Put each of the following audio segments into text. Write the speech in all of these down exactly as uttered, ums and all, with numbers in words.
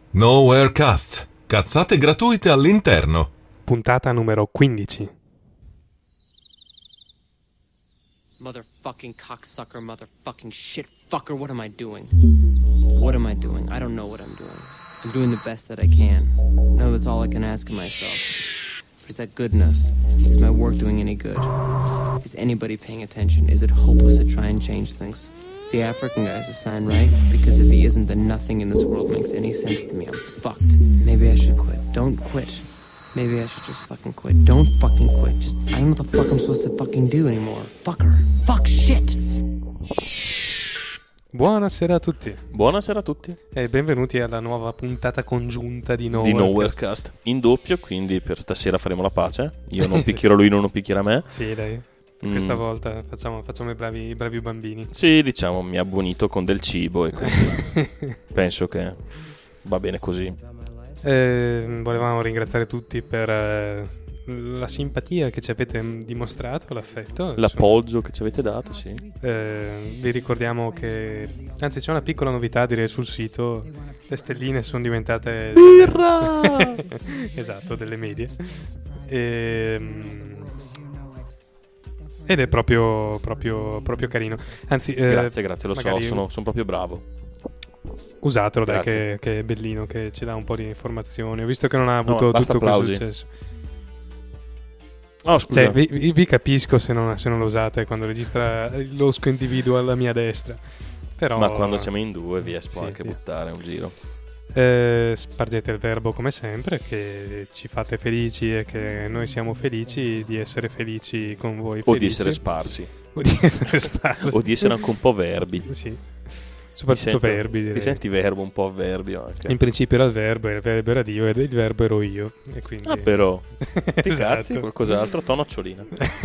Nowherecast. Cazzate gratuite all'interno. Puntata numero quindici. Motherfucking cocksucker, motherfucking shit fucker, what am I doing? What am I doing? I don't know what I'm doing. I'm doing the best that I can. No, that's all I can ask of myself. But is that good enough? Is my work doing any good? Is anybody paying attention? Is it hopeless to try and change things? The African guy's a sign, right? Because if he isn't, then nothing in this world makes any sense to me. I'm fucked. Maybe I should quit. Don't quit. Maybe I should just fucking quit. Don't fucking quit. Just, I don't know what the fuck I'm supposed to fucking do anymore. Fucker. Fuck shit. Buonasera a tutti. Buonasera a tutti. E benvenuti alla nuova puntata congiunta di Nowherecast. Di Nowherecast. In doppio, quindi per stasera faremo la pace. Io non picchierò lui, non lo picchierà me. Sì, dai. Questa mm. volta facciamo, facciamo i, bravi, i bravi bambini. Sì, diciamo, mi ha abbonito con del cibo e quindi penso che va bene così. Eh, volevamo ringraziare tutti per eh, la simpatia che ci avete dimostrato, l'affetto, l'appoggio che ci avete dato, sì. Eh, vi ricordiamo che, anzi, c'è una piccola novità, direi, sul sito. Le stelline sono diventate birra! Esatto, delle medie. E, ed è proprio, proprio, proprio carino. Anzi, grazie, eh, grazie, lo so, sono, sono proprio bravo. Usatelo, dai, che, che è bellino, che ci dà un po' di informazioni. Ho visto che non ha avuto no, tutto applausi. questo successo. Oh, scusa. Cioè, vi, vi capisco se non, se non lo usate quando registra il losco individuo alla mia destra. Però, ma quando siamo in due vi si può sì, anche sì. buttare un giro. Eh, spargete il verbo come sempre, che ci fate felici e che noi siamo felici di essere felici con voi. O felici. di essere sparsi. O di essere sparsi. O di essere anche un po' verbi. Sì. Soprattutto sento, verbi, direi. Ti senti verbo, un po' avverbio anche. In principio era il verbo, e il verbo era Dio, ed il verbo ero io. E quindi... Ah, però. Ti Esatto. cazzi, qualcos'altro? To nocciolina.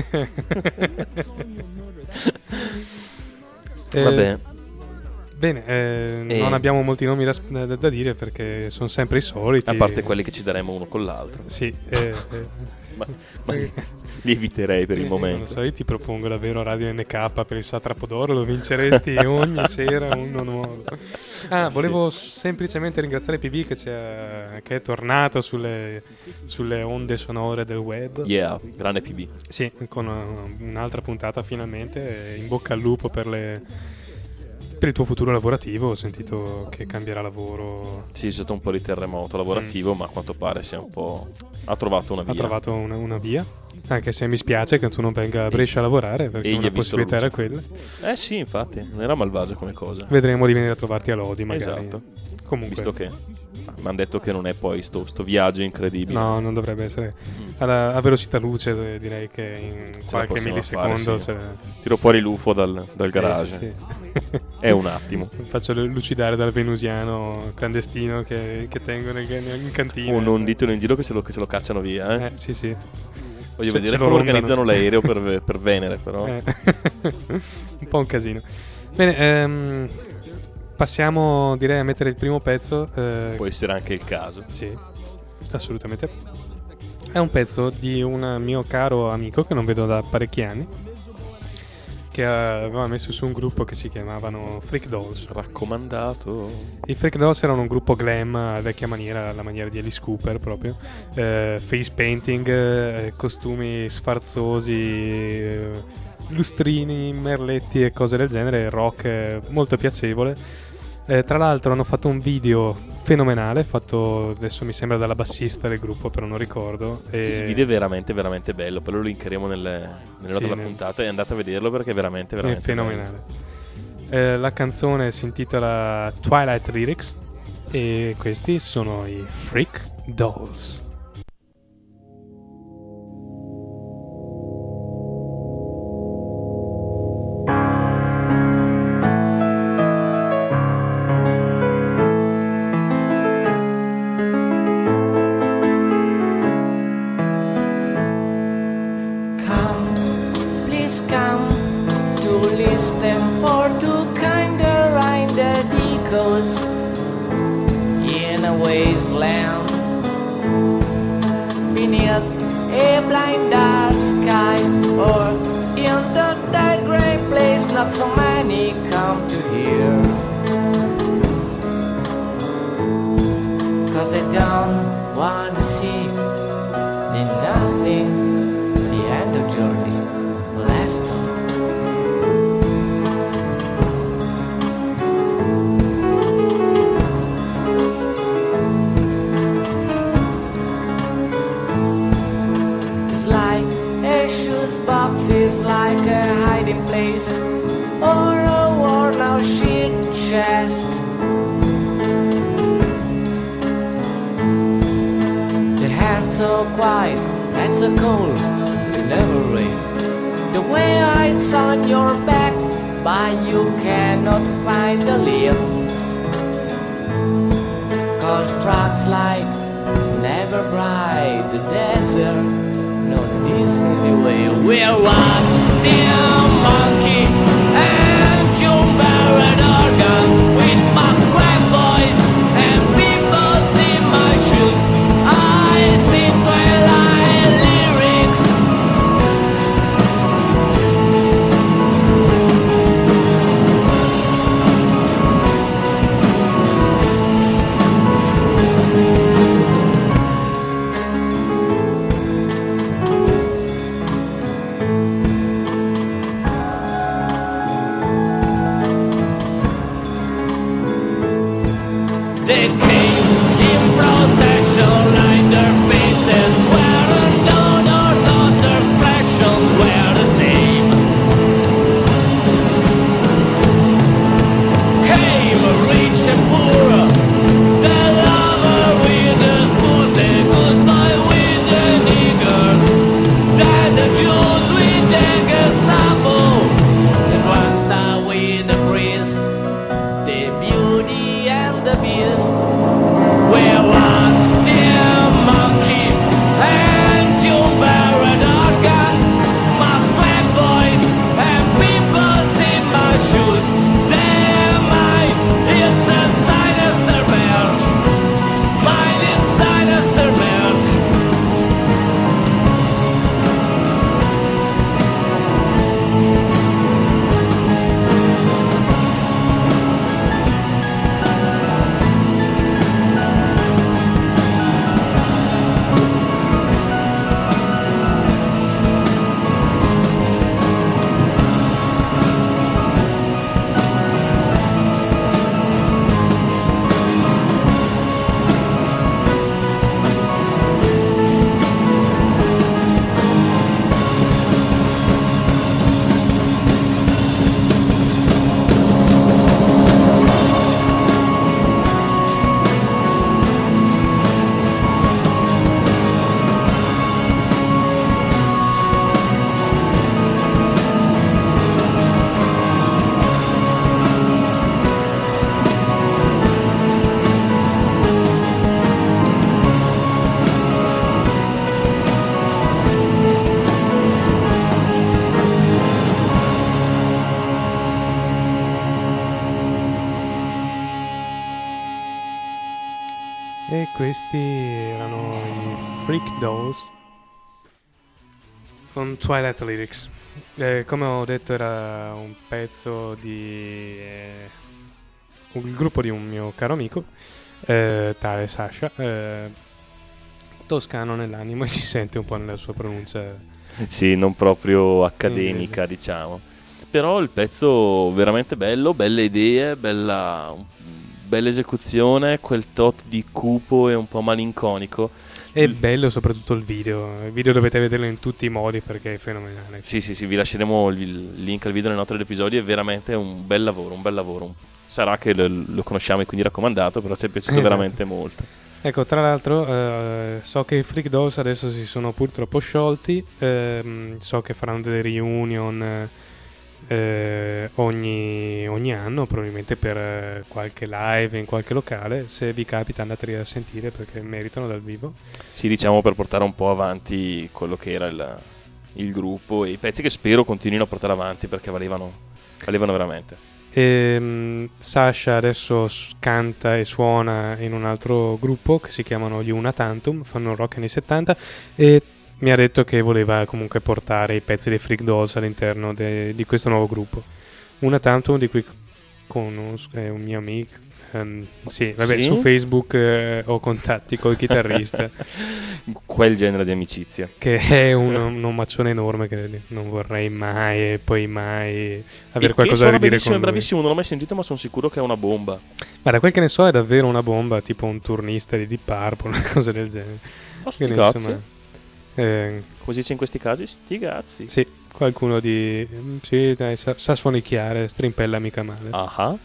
eh, Vabbè. Bene, eh, e... non abbiamo molti nomi da, da, da dire perché sono sempre i soliti. A parte quelli che ci daremo uno con l'altro. Sì, eh, eh. ma, ma li eviterei per il eh, momento. Non so, io ti propongo davvero Radio N K per il Satrapo d'Oro, lo vinceresti ogni sera uno nuovo. Ah, volevo sì. semplicemente ringraziare P B che, c'è, che è tornato sulle, sulle onde sonore del web. Yeah, grande P B. Sì, con una, un'altra puntata finalmente. In bocca al lupo per le... per il tuo futuro lavorativo. Ho sentito che cambierà lavoro. Sì, c'è stato un po' di terremoto lavorativo, mm. ma a quanto pare sia un po'... ha trovato una via. Ha trovato una, una via. Anche se mi spiace che tu non venga a Brescia a lavorare, perché e una possibilità era quella. Eh sì, infatti, non era malvagia come cosa. Vedremo di venire a trovarti a Lodi, magari. Esatto. Comunque, visto che mi hanno detto che non è poi sto, sto viaggio incredibile. No, non dovrebbe essere. Alla, a velocità luce direi che in ce qualche millisecondo fare, sì. Tiro fuori l'U F O dal, dal garage. Sì, sì. È un attimo. Faccio lucidare dal venusiano clandestino che, che tengo nel, in cantina. Oh, non ditelo in giro che ce lo, che ce lo cacciano via, eh? eh sì, sì. Voglio ce, vedere ce come organizzano l'aereo per, per Venere, però. Eh. Un po' un casino. Bene, ehm, passiamo, direi, a mettere il primo pezzo. Eh, Può essere anche il caso. Sì, assolutamente. È un pezzo di un mio caro amico che non vedo da parecchi anni, che aveva messo su un gruppo che si chiamavano Freak Dolls. Raccomandato. I Freak Dolls erano un gruppo glam a vecchia maniera, alla maniera di Alice Cooper proprio. Eh, face painting, eh, costumi sfarzosi, eh, lustrini, merletti e cose del genere, rock eh, molto piacevole. Eh, tra l'altro hanno fatto un video fenomenale, fatto adesso mi sembra dalla bassista del gruppo, però non ricordo. E... Sì, il video è veramente veramente bello, poi lo linkeremo nelle, nelle note sì, della nel... puntata e andate a vederlo perché è veramente veramente è fenomenale. Eh, la canzone si intitola Twilight Lyrics e questi sono i Freak Dolls. It's so quiet and so cold, it never rain. The way it's on your back, but you cannot find the lift. Cause trucks like never bright the desert, no this anyway. We're one still monkey and Jumper and organ with my scrap boys and people in my shoes. I see twilight lyrics. They came in procession, like their faces weren't known or not, their expressions were the same. Came rich and poor, the lover with the spoon, the goodbye with the niggers, then the Jews with the Gestapo, the one star with the priest, the beauty and the beast. Where was the monkey and Jumper and organ, my scrap boys and people in my shoes. They're mine, it's a sinister bears, mine it's sinister bears. E questi erano i Freak Dolls con Twilight Lyrics. Eh, come ho detto, era un pezzo di eh, un gruppo di un mio caro amico, eh, tale Sasha, eh, toscano nell'animo, e si sente un po' nella sua pronuncia. Sì, non proprio accademica, inglese. diciamo. Però il pezzo veramente bello, belle idee, bella, bella esecuzione, quel tot di cupo e un po' malinconico. È bello soprattutto il video. Il video dovete vederlo in tutti i modi perché è fenomenale. Sì, sì, sì, vi lasceremo il link al video nelle note dell'episodio. È veramente un bel lavoro, un bel lavoro. Sarà che lo, lo conosciamo e quindi raccomandato, però ci è piaciuto Esatto. veramente molto. Ecco, tra l'altro eh, so che i Freak Dolls adesso si sono purtroppo sciolti, ehm, so che faranno delle reunion eh, ogni, ogni anno, probabilmente per eh, qualche live in qualche locale. Se vi capita andateli a sentire perché meritano dal vivo. Sì, diciamo, per portare un po' avanti quello che era il, il gruppo e i pezzi che spero continuino a portare avanti perché valevano, valevano veramente. E, um, Sasha adesso s- canta e suona in un altro gruppo che si chiamano gli Una Tantum, fanno rock anni settanta, e mi ha detto che voleva comunque portare i pezzi dei Freak Dolls all'interno de- di questo nuovo gruppo. Una Tantum, di cui conosco, è un mio amico. Um, sì, vabbè, Sì? su Facebook eh, ho contatti col chitarrista Quel genere di amicizia. che è un, un omaccione enorme che non vorrei mai e poi mai avere E qualcosa che da suona dire benissimo, con è lui. bravissimo, non l'ho mai sentito ma sono sicuro che è una bomba. Ma da quel che ne so è davvero una bomba, tipo un turnista di Deep Purple, una cosa del genere. Oh, sti Quindi, cazzi. insomma, eh, Come si dice in questi casi, sti cazzi. sì, qualcuno di... Sì, dai, sa, sa suonicchiare, strimpella mica male. Ah.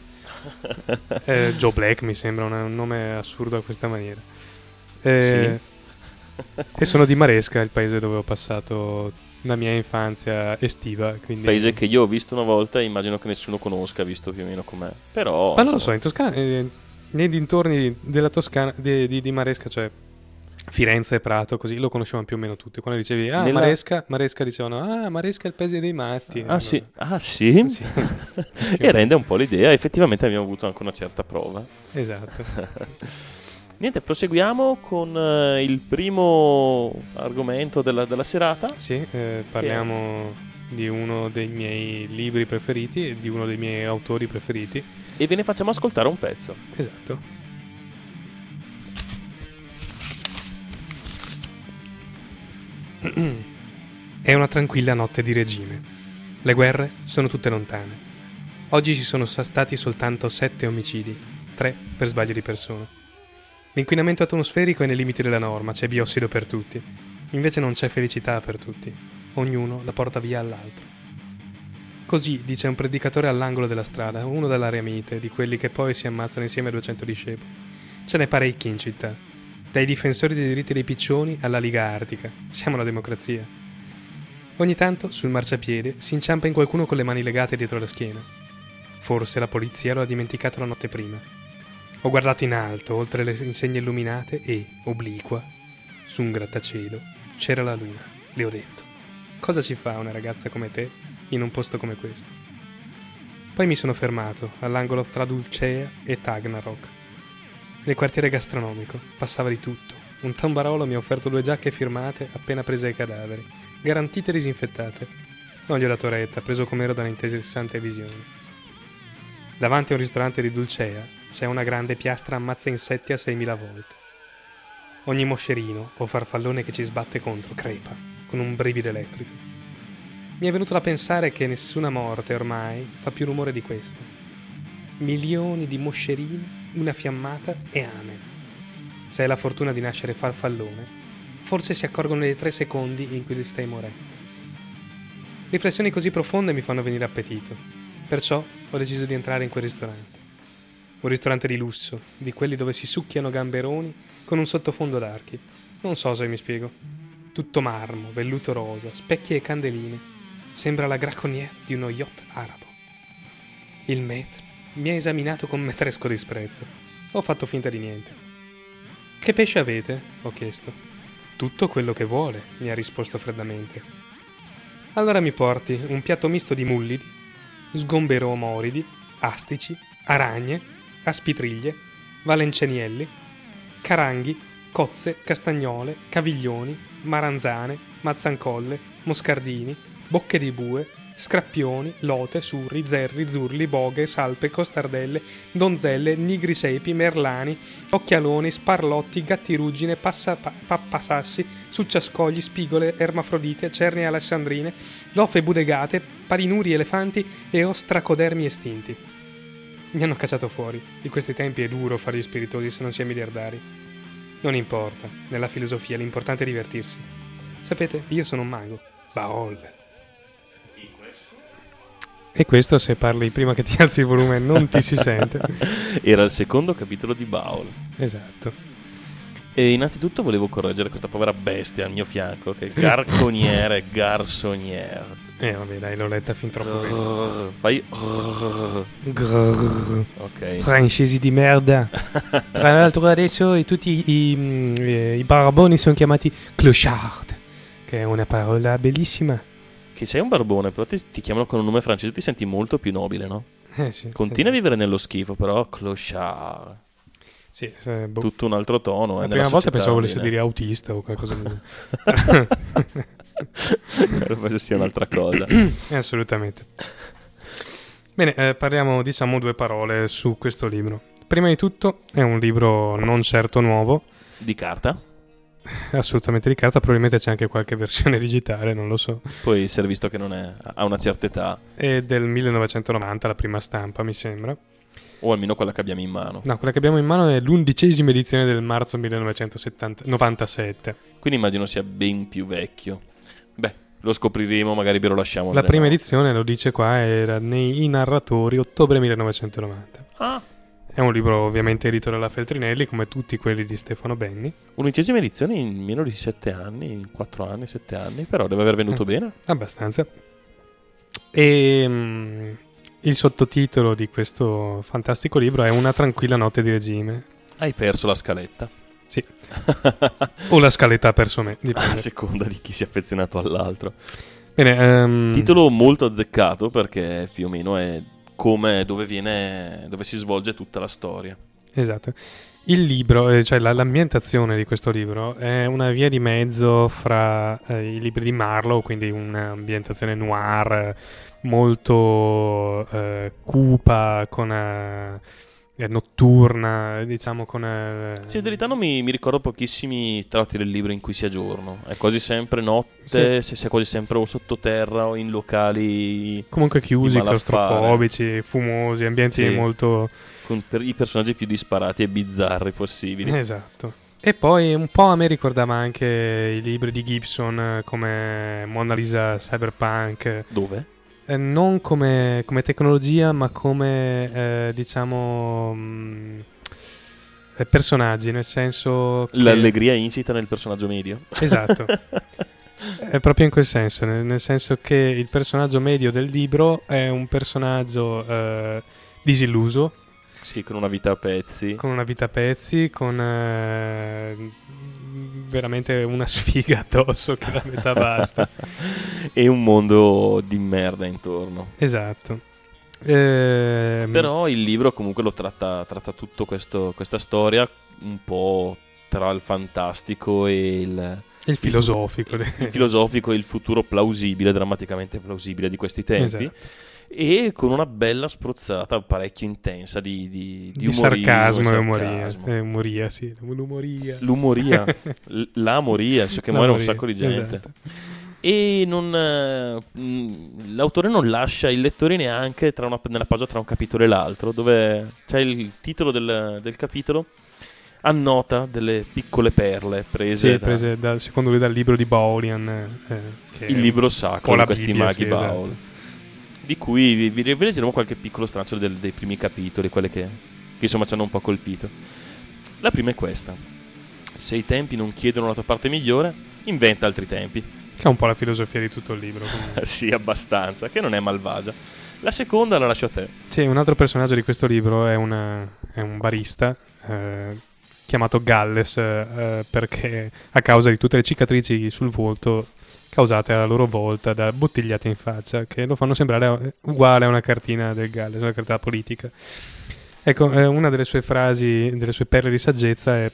Eh, Joe Black mi sembra una- un nome assurdo a questa maniera. Eh, E sono di Maresca, il paese dove ho passato la mia infanzia estiva. Quindi... Paese che io ho visto una volta e immagino che nessuno conosca, visto più o meno com'è. Però... Ma non lo insomma, so, in Toscana, eh, nei dintorni della Toscana, di, di, di Maresca, cioè Firenze e Prato, così lo conoscevano più o meno tutti. Quando dicevi, ah, Nella- Maresca, Maresca dicevano, ah, Maresca è il paese dei matti. Ah sì, ah sì? Sì. E rende un po' l'idea. Effettivamente abbiamo avuto anche una certa prova. Esatto. Niente, proseguiamo con eh, il primo argomento della, della serata. Sì, eh, parliamo di uno dei miei libri preferiti e di uno dei miei autori preferiti. E ve ne facciamo ascoltare un pezzo. Esatto. È una tranquilla notte di regime. Le guerre sono tutte lontane. Oggi ci sono stati soltanto sette omicidi, tre per sbaglio di persona. L'inquinamento atmosferico è nei limiti della norma, c'è biossido per tutti. Invece non c'è felicità per tutti. Ognuno la porta via all'altro. Così dice un predicatore all'angolo della strada, uno dall'area mite, di quelli che poi si ammazzano insieme a duecento discepoli. Ce n'è parecchi in città. Dai difensori dei diritti dei piccioni alla Liga Artica. Siamo una democrazia. Ogni tanto, sul marciapiede, si inciampa in qualcuno con le mani legate dietro la schiena. Forse la polizia lo ha dimenticato la notte prima. Ho guardato in alto, oltre le insegne illuminate, e, obliqua, su un grattacielo, c'era la luna. Le ho detto, cosa ci fa una ragazza come te in un posto come questo? Poi mi sono fermato, all'angolo tra Dulcea e Tagnarok. Nel quartiere gastronomico, passava di tutto. Un tambarolo mi ha offerto due giacche firmate appena prese ai cadaveri, garantite disinfettate. Non gli ho dato retta, preso com'ero da un'interessante visione. Davanti a un ristorante di Dulcea c'è una grande piastra ammazza insetti a seimila volte. Ogni moscerino o farfallone che ci sbatte contro crepa, con un brivido elettrico. Mi è venuto da pensare che nessuna morte ormai fa più rumore di questa. Milioni di moscerini, una fiammata e amen. Se hai la fortuna di nascere farfallone, forse si accorgono nei tre secondi in cui stai morendo. Riflessioni così profonde mi fanno venire appetito. Perciò ho deciso di entrare in quel ristorante. Un ristorante di lusso, di quelli dove si succhiano gamberoni con un sottofondo d'archi. Non so se mi spiego. Tutto marmo, velluto rosa, specchi e candeline. Sembra la graconnière di uno yacht arabo. Il maître mi ha esaminato con metresco disprezzo. Ho fatto finta di niente. Che pesce avete? Ho chiesto. Tutto quello che vuole, mi ha risposto freddamente. Allora mi porti un piatto misto di mullidi, sgomberomoridi, astici, aragne, aspitriglie, valencenielli, caranghi, cozze, castagnole, caviglioni, maranzane, mazzancolle, moscardini, bocche di bue, scrappioni, lote, surri, zerri, zurli, boghe, salpe, costardelle, donzelle, nigri sepi, merlani, occhialoni, sparlotti, gattiruggine, passa, pa, pappasassi, succiascogli, spigole, ermafrodite, cerne alessandrine, lofe budegate, palinuri elefanti e ostracodermi estinti. Mi hanno cacciato fuori. Di questi tempi è duro fare gli spiritosi se non si è miliardari. Non importa, nella filosofia l'importante è divertirsi. Sapete, io sono un mago. Baol. E questo, se parli prima che ti alzi il volume, non ti si sente. Era il secondo capitolo di Baul. Esatto. E innanzitutto volevo correggere questa povera bestia al mio fianco, che è Garconiere, Garçonniere. Eh vabbè, dai, l'ho letta fin troppo bene. Fai... Grrr. Ok. Francesi di merda. Tra l'altro adesso i- tutti i, mm, eh, i barboni sono chiamati clochard, che è una parola bellissima. Che sei un barbone, però ti, ti chiamano con un nome francese, ti senti molto più nobile, no? Eh sì. Continua a vivere nello schifo, però clochard. Sì, eh, boh. Tutto un altro tono. La eh, prima nella volta società pensavo volesse viene. dire autista o qualcosa del Penso sia un'altra cosa. genere. Assolutamente. Bene, eh, parliamo, diciamo, due parole su questo libro. Prima di tutto è un libro non certo nuovo, Di carta. assolutamente di carta, probabilmente c'è anche qualche versione digitale, non lo so. Poi si è visto che non è a una certa età, È del millenovecentonovanta, la prima stampa, mi sembra. o almeno quella che abbiamo in mano. No, quella che abbiamo in mano è l'undicesima edizione del marzo millenovecentonovantasette. Quindi immagino sia ben più vecchio. Beh, lo scopriremo, magari ve lo lasciamo. La nelle prima note. edizione, lo dice qua, era nei I narratori, ottobre millenovecentonovanta. Ah, È un libro ovviamente edito dalla Feltrinelli, come tutti quelli di Stefano Benni. Un'undicesima edizione in meno di sette anni, in quattro anni, sette anni, però deve aver venduto Eh, bene. Abbastanza. E mm, il sottotitolo di questo fantastico libro è Una tranquilla notte di regime. Hai perso la scaletta. Sì. O la scaletta ha perso me, A dipende. seconda di chi si è affezionato all'altro. Bene, ehm, Titolo molto azzeccato perché più o meno è come dove viene, dove si svolge tutta la storia. esatto. Il libro, eh, cioè la- l'ambientazione di questo libro è una via di mezzo fra eh, i libri di Marlowe, quindi un'ambientazione noir eh, molto eh, cupa, con eh, eh, notturna, diciamo con... eh, Sì, in verità non mi, mi ricordo pochissimi tratti del libro in cui sia giorno. È quasi sempre notte, se si è quasi sempre o sottoterra o in locali comunque chiusi, di malaffare. claustrofobici, fumosi, ambienti Sì. molto... con per i personaggi più disparati e bizzarri possibili. Esatto. E poi un po' a me ricordava anche i libri di Gibson eh, come Mona Lisa Cyberpunk, Dove? eh, non come, come tecnologia ma come eh, diciamo mh, eh, personaggi, nel senso che... L'allegria insita nel personaggio medio. Esatto. È proprio in quel senso, nel, nel senso che il personaggio medio del libro è un personaggio eh, disilluso, Sì, con una vita a pezzi. con una vita a pezzi, con eh, veramente una sfiga addosso che la metà basta. E un mondo di merda intorno. Esatto. Ehm, Però il libro comunque lo tratta, tratta tutto questo, questa storia un po' tra il fantastico e il, il filosofico. il filosofico e il futuro plausibile, drammaticamente plausibile di questi tempi. Esatto. E con una bella spruzzata parecchio intensa di, di, di, Di umorismo sarcasmo e umoria. sarcasmo. Eh, umoria, sì. L'umoria. L'umoria, l- la moria, so che La muore un moria, sacco di gente. esatto. E non, eh, mh, l'autore non lascia il lettore neanche tra una, nella pausa tra un capitolo e l'altro, dove c'è il titolo del, del capitolo, annota delle piccole perle prese, Sì, da- prese da- secondo lui dal libro di Baulian. eh, che il è libro un sacro po' di la questi Bibbia, maghi sì, Baul, esatto. di cui vi, vi vi leggeremo qualche piccolo straccio del- dei primi capitoli, quelle che, che insomma ci hanno un po' colpito. La prima è questa: se i tempi non chiedono la tua parte migliore, inventa altri tempi. Che è un po' la filosofia di tutto il libro. comunque. Sì, abbastanza, che non è malvagia. La seconda la lascio a te. Sì, un altro personaggio di questo libro è, una- è un barista eh, chiamato Galles eh, perché a causa di tutte le cicatrici sul volto causate alla loro volta da bottigliate in faccia che lo fanno sembrare uguale a una cartina del Galles, una carta politica. Ecco, eh, una delle sue frasi, delle sue perle di saggezza è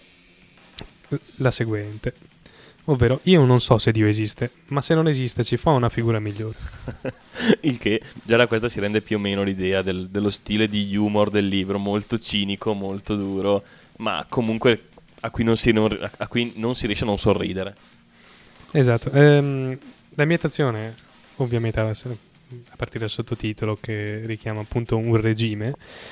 la seguente, ovvero: io non so se Dio esiste, ma se non esiste ci fa una figura migliore. Il che già da questo si rende più o meno l'idea del- dello stile di humor del libro, molto cinico, molto duro, ma comunque a cui non si, non- a cui non si riesce a non sorridere. Esatto. Ehm, l'ambientazione, ovviamente, a a partire dal sottotitolo che richiama appunto un regime.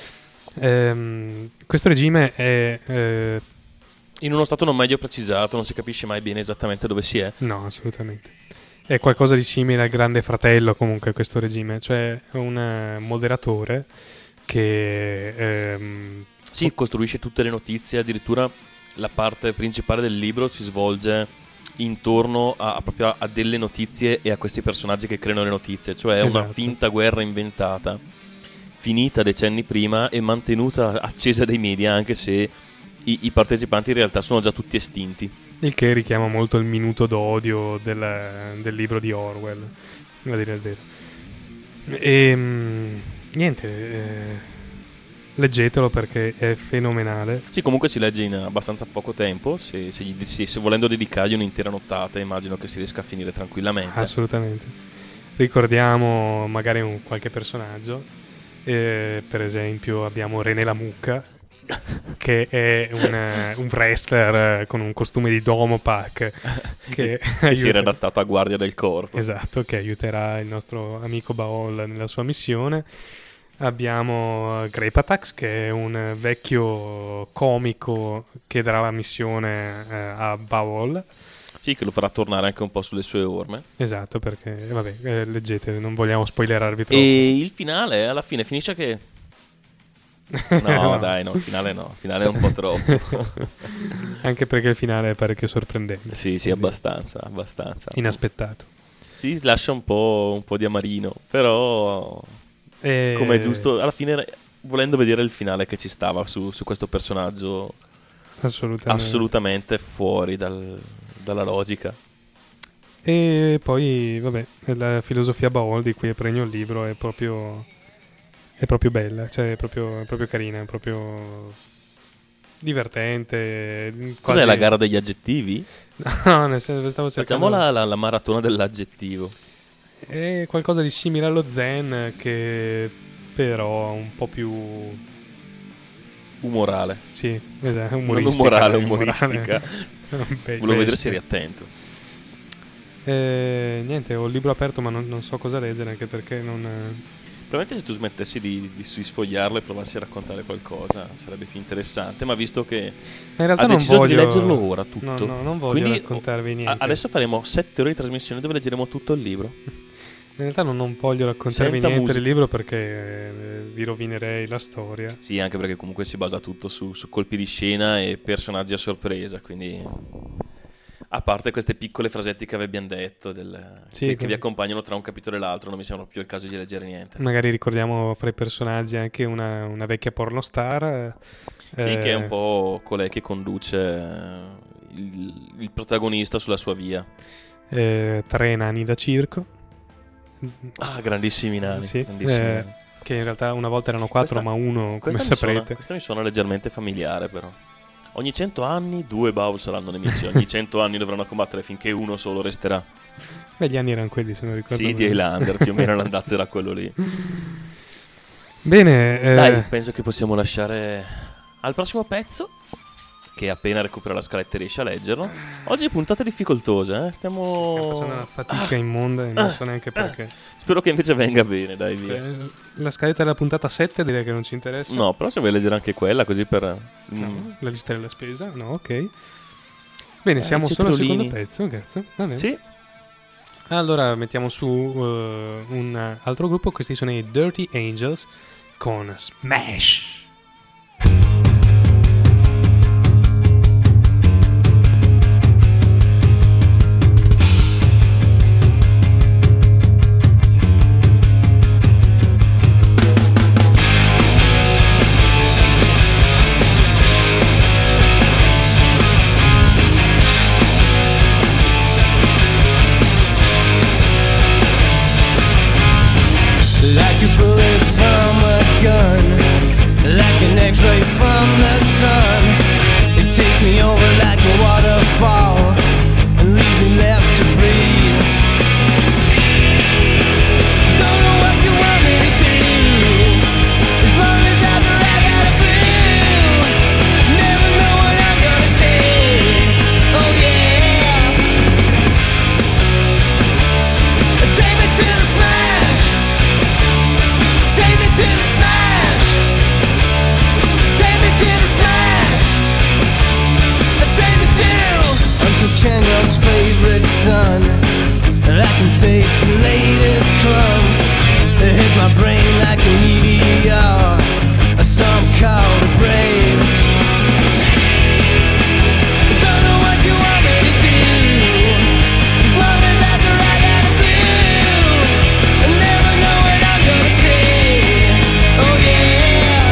Ehm, questo regime è eh, In uno stato non meglio precisato, non si capisce mai bene esattamente dove si è. no, assolutamente. È qualcosa di simile al Grande Fratello, comunque, questo regime, cioè un eh, moderatore che ehm, Sì, costruisce tutte le notizie, addirittura la parte principale del libro si svolge intorno a, a proprio a delle notizie e a questi personaggi che creano le notizie, cioè è una Esatto. finta guerra inventata, finita decenni prima e mantenuta accesa dai media, anche se i, i partecipanti in realtà sono già tutti estinti. il che richiama molto il minuto d'odio del, del libro di Orwell, a dire il vero. E niente, eh, leggetelo perché è fenomenale. Sì, comunque si legge in abbastanza poco tempo, se, se, gli- se- se volendo dedicargli un'intera nottata immagino che si riesca a finire tranquillamente. Assolutamente. Ricordiamo magari un, qualche personaggio. Eh, per esempio abbiamo René la Mucca, che è un, eh, un wrestler eh, con un costume di Domo Pack che, che si aiuta- era adattato a guardia del corpo. Esatto, che aiuterà il nostro amico Baol nella sua missione. Abbiamo Grepatax, che è un vecchio comico che darà la missione eh, a Baol. Sì, che lo farà tornare anche un po' sulle sue orme. Esatto, perché vabbè, eh, leggete, non vogliamo spoilerarvi troppo. E il finale alla fine finisce che No, dai, no, il finale no, il finale è un po' troppo. Anche perché il finale è parecchio sorprendente. Sì, sì, abbastanza, abbastanza. Inaspettato. Sì, lascia un po', un po' di amarino, però E... come è giusto, alla fine, volendo vedere il finale che ci stava su, su questo personaggio Assolutamente. assolutamente fuori dal- dalla logica. E poi, vabbè, la filosofia Baol di cui è pregno il libro è proprio è proprio bella, cioè è proprio, è proprio carina, è proprio divertente. Cos'è quasi- la gara degli aggettivi? No, nel senso stavo cercando... Facciamo la, la- la maratona dell'aggettivo. È qualcosa di simile allo zen che però un po' più... Umorale. Sì, esatto, Non umoristica. umorale, umorale. umoristica. Beh, Volevo vedere beh, se eri attento. Eh, niente, ho il libro aperto ma non, non so cosa leggere, anche perché non... Probabilmente se tu smettessi di, di sfogliarlo e provassi a raccontare qualcosa sarebbe più interessante, ma visto che Ma in realtà ha non deciso voglio... di leggerlo ora tutto, No, no, non voglio quindi raccontarvi a- niente. adesso faremo sette ore di trasmissione dove leggeremo tutto il libro. In realtà non, non voglio raccontarvi Senza niente musica. del libro perché eh, vi rovinerei la storia. Sì, anche perché comunque si basa tutto su, su colpi di scena e personaggi a sorpresa, quindi a parte queste piccole frasetti che abbiamo detto del- Sì, che, che com- vi accompagnano tra un capitolo e l'altro, non mi sembra più il caso di leggere niente. Magari ricordiamo fra i personaggi anche una, una vecchia pornostar. Sì, eh, che è un po' colei che conduce eh, il, il protagonista sulla sua via. eh, tre nani da circo. Ah, grandissimi nani. Sì, grandissimi eh, nani. che in realtà una volta erano quattro, Questa- ma uno, come Questa mi, suona, saprete. questa mi suona leggermente familiare, però. Ogni cento anni due Baul saranno nemici. Ogni cento anni dovranno combattere finché uno solo resterà. Beh, gli anni erano quelli, se non ricordo Sì, di bene. Highlander, più o meno l'andazzo era quello lì. Bene, eh, Dai, penso che possiamo lasciare al prossimo pezzo, che appena recupera la scaletta riesce a leggerlo. Oggi è puntata difficoltosa, eh? Stiamo... stiamo facendo una fatica immonda e non so neanche perché. Spero che invece venga bene, dai, via. Eh, la scaletta della puntata sette direi che non ci interessa. No, però se vuoi leggere anche quella, così per... mm, No, la lista della spesa, no, ok. Bene, Eh, siamo i solo al cetriolini. secondo pezzo, grazie. Va bene. Sì, Allora mettiamo su eh, un altro gruppo, questi sono i Dirty Angels con Smash. Like a bullet from a gun, like an x-ray from the sun. It takes me over like a waterfall and leaves me left to breathe. Don't know what you want me to do, as long as I've got a clue. Never know what I'm gonna say. Oh yeah. Take me to the smash. Take me to the smash. Take me to the smash. Take me to Uncle Chango's favorite son. I can taste the latest crumb. It hits my brain like a meteor, some call a brain. Don't know what you want me to do, as long as after I got a clue. I never know what I'm gonna say. Oh yeah.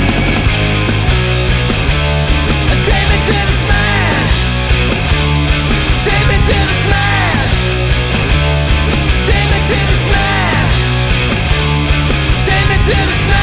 Take me to the smash. Take me to the smash. Take me to the smash. Take me to the smash.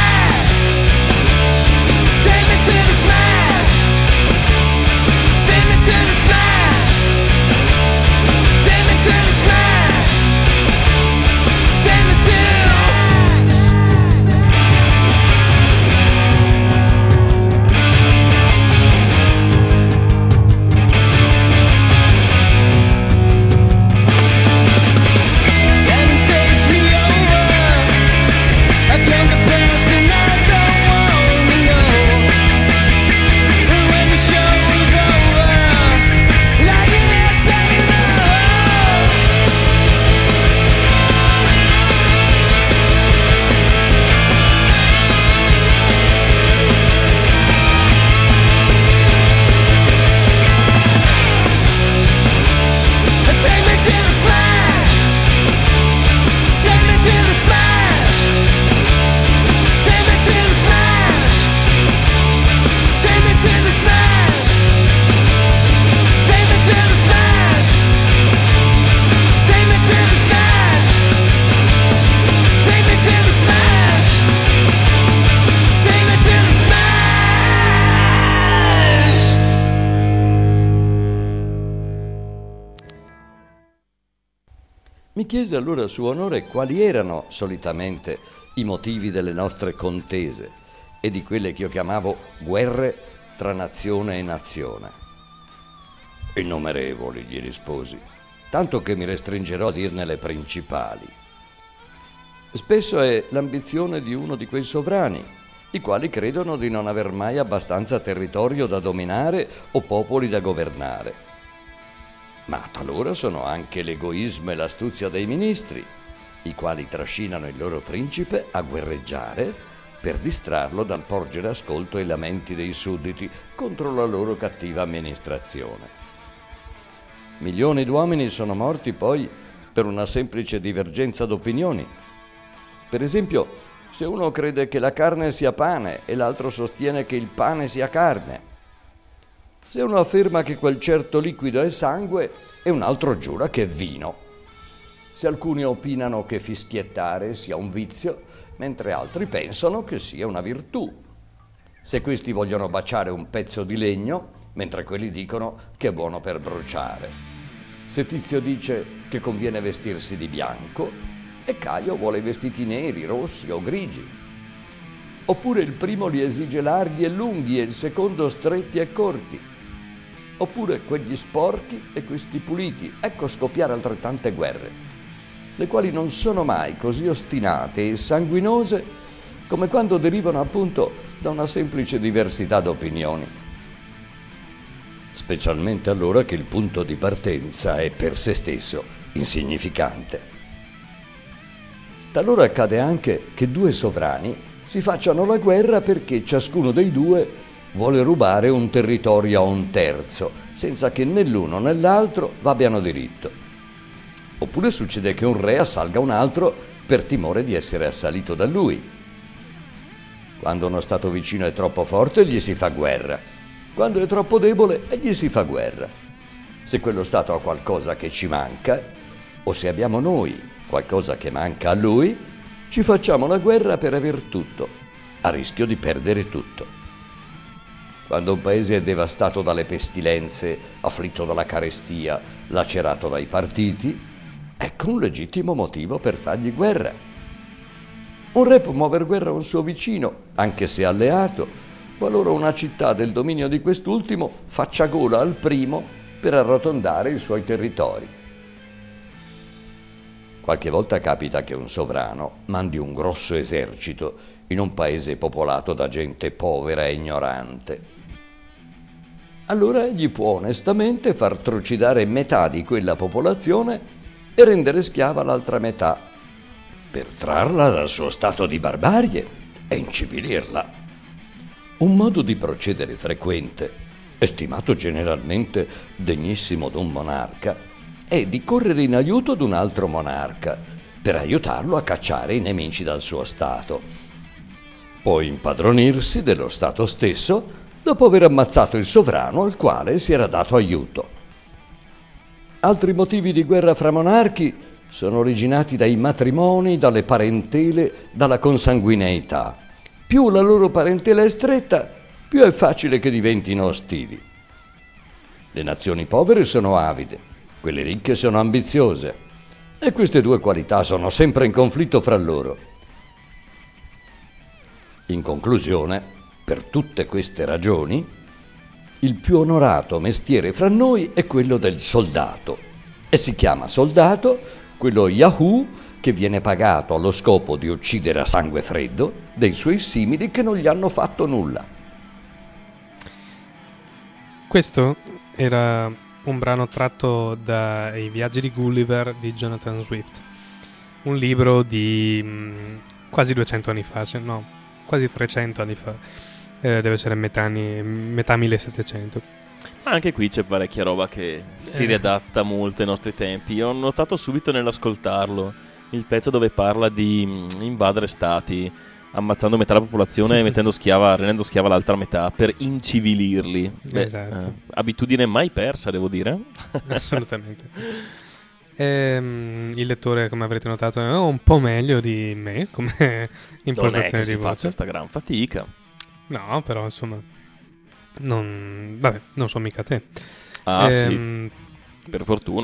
Mi chiese allora Suo Onore quali erano solitamente i motivi delle nostre contese e di quelle che io chiamavo guerre tra nazione e nazione. Innumerevoli, gli risposi, tanto che mi restringerò a dirne le principali. Spesso è l'ambizione di uno di quei sovrani, i quali credono di non aver mai abbastanza territorio da dominare o popoli da governare. Ma talora sono anche l'egoismo e l'astuzia dei ministri, i quali trascinano il loro principe a guerreggiare per distrarlo dal porgere ascolto ai lamenti dei sudditi contro la loro cattiva amministrazione. Milioni d'uomini sono morti poi per una semplice divergenza d'opinioni. Per esempio, se uno crede che la carne sia pane e l'altro sostiene che il pane sia carne. Se uno afferma che quel certo liquido è sangue e un altro giura che è vino. Se alcuni opinano che fischiettare sia un vizio, mentre altri pensano che sia una virtù. Se questi vogliono baciare un pezzo di legno, mentre quelli dicono che è buono per bruciare. Se Tizio dice che conviene vestirsi di bianco, e Caio vuole i vestiti neri, rossi o grigi. Oppure il primo li esige larghi e lunghi e il secondo stretti e corti. Oppure quegli sporchi e questi puliti. Ecco scoppiare altrettante guerre, le quali non sono mai così ostinate e sanguinose come quando derivano appunto da una semplice diversità d'opinioni. Specialmente allora che il punto di partenza è per se stesso insignificante. Talora accade anche che due sovrani si facciano la guerra perché ciascuno dei due vuole rubare un territorio a un terzo, senza che né l'uno né l'altro abbiano diritto. Oppure succede che un re assalga un altro per timore di essere assalito da lui. Quando uno stato vicino è troppo forte, gli si fa guerra. Quando è troppo debole, gli si fa guerra. Se quello stato ha qualcosa che ci manca, o se abbiamo noi qualcosa che manca a lui, ci facciamo la guerra per aver tutto, a rischio di perdere tutto. Quando un paese è devastato dalle pestilenze, afflitto dalla carestia, lacerato dai partiti, ecco un legittimo motivo per fargli guerra. Un re può muover guerra a un suo vicino, anche se alleato, qualora una città del dominio di quest'ultimo faccia gola al primo per arrotondare i suoi territori. Qualche volta capita che un sovrano mandi un grosso esercito in un paese popolato da gente povera e ignorante. Allora egli può onestamente far trucidare metà di quella popolazione e rendere schiava l'altra metà, per trarla dal suo stato di barbarie e incivilirla. Un modo di procedere frequente, estimato generalmente degnissimo d'un monarca, è di correre in aiuto ad un altro monarca per aiutarlo a cacciare i nemici dal suo stato. Poi impadronirsi dello stato stesso dopo aver ammazzato il sovrano al quale si era dato aiuto. Altri motivi di guerra fra monarchi sono originati dai matrimoni, dalle parentele, dalla consanguineità. Più la loro parentela è stretta, più è facile che diventino ostili. Le nazioni povere sono avide, quelle ricche sono ambiziose, e queste due qualità sono sempre in conflitto fra loro. In conclusione, per tutte queste ragioni, il più onorato mestiere fra noi è quello del soldato, e si chiama soldato quello Yahoo che viene pagato allo scopo di uccidere a sangue freddo dei suoi simili che non gli hanno fatto nulla. Questo era un brano tratto dai Viaggi di Gulliver di Jonathan Swift, un libro di mh, quasi duecento anni fa, cioè, no, quasi trecento anni fa, eh, deve essere metà, anni, metà millesettecento. Ma anche qui c'è parecchia roba che si Eh. riadatta molto ai nostri tempi. Io ho notato subito nell'ascoltarlo il pezzo dove parla di mh, invadere stati, ammazzando metà della popolazione e mettendo schiava, rendendo schiava l'altra metà per incivilirli. Beh, Esatto. eh, abitudine mai persa, devo dire. Assolutamente. Ehm, il lettore, come avrete notato, è un po' meglio di me come Non è impostazione che di si faccia voce. sta gran fatica. No, però insomma, non, vabbè, non so mica te. Ah Ehm, sì, per fortuna.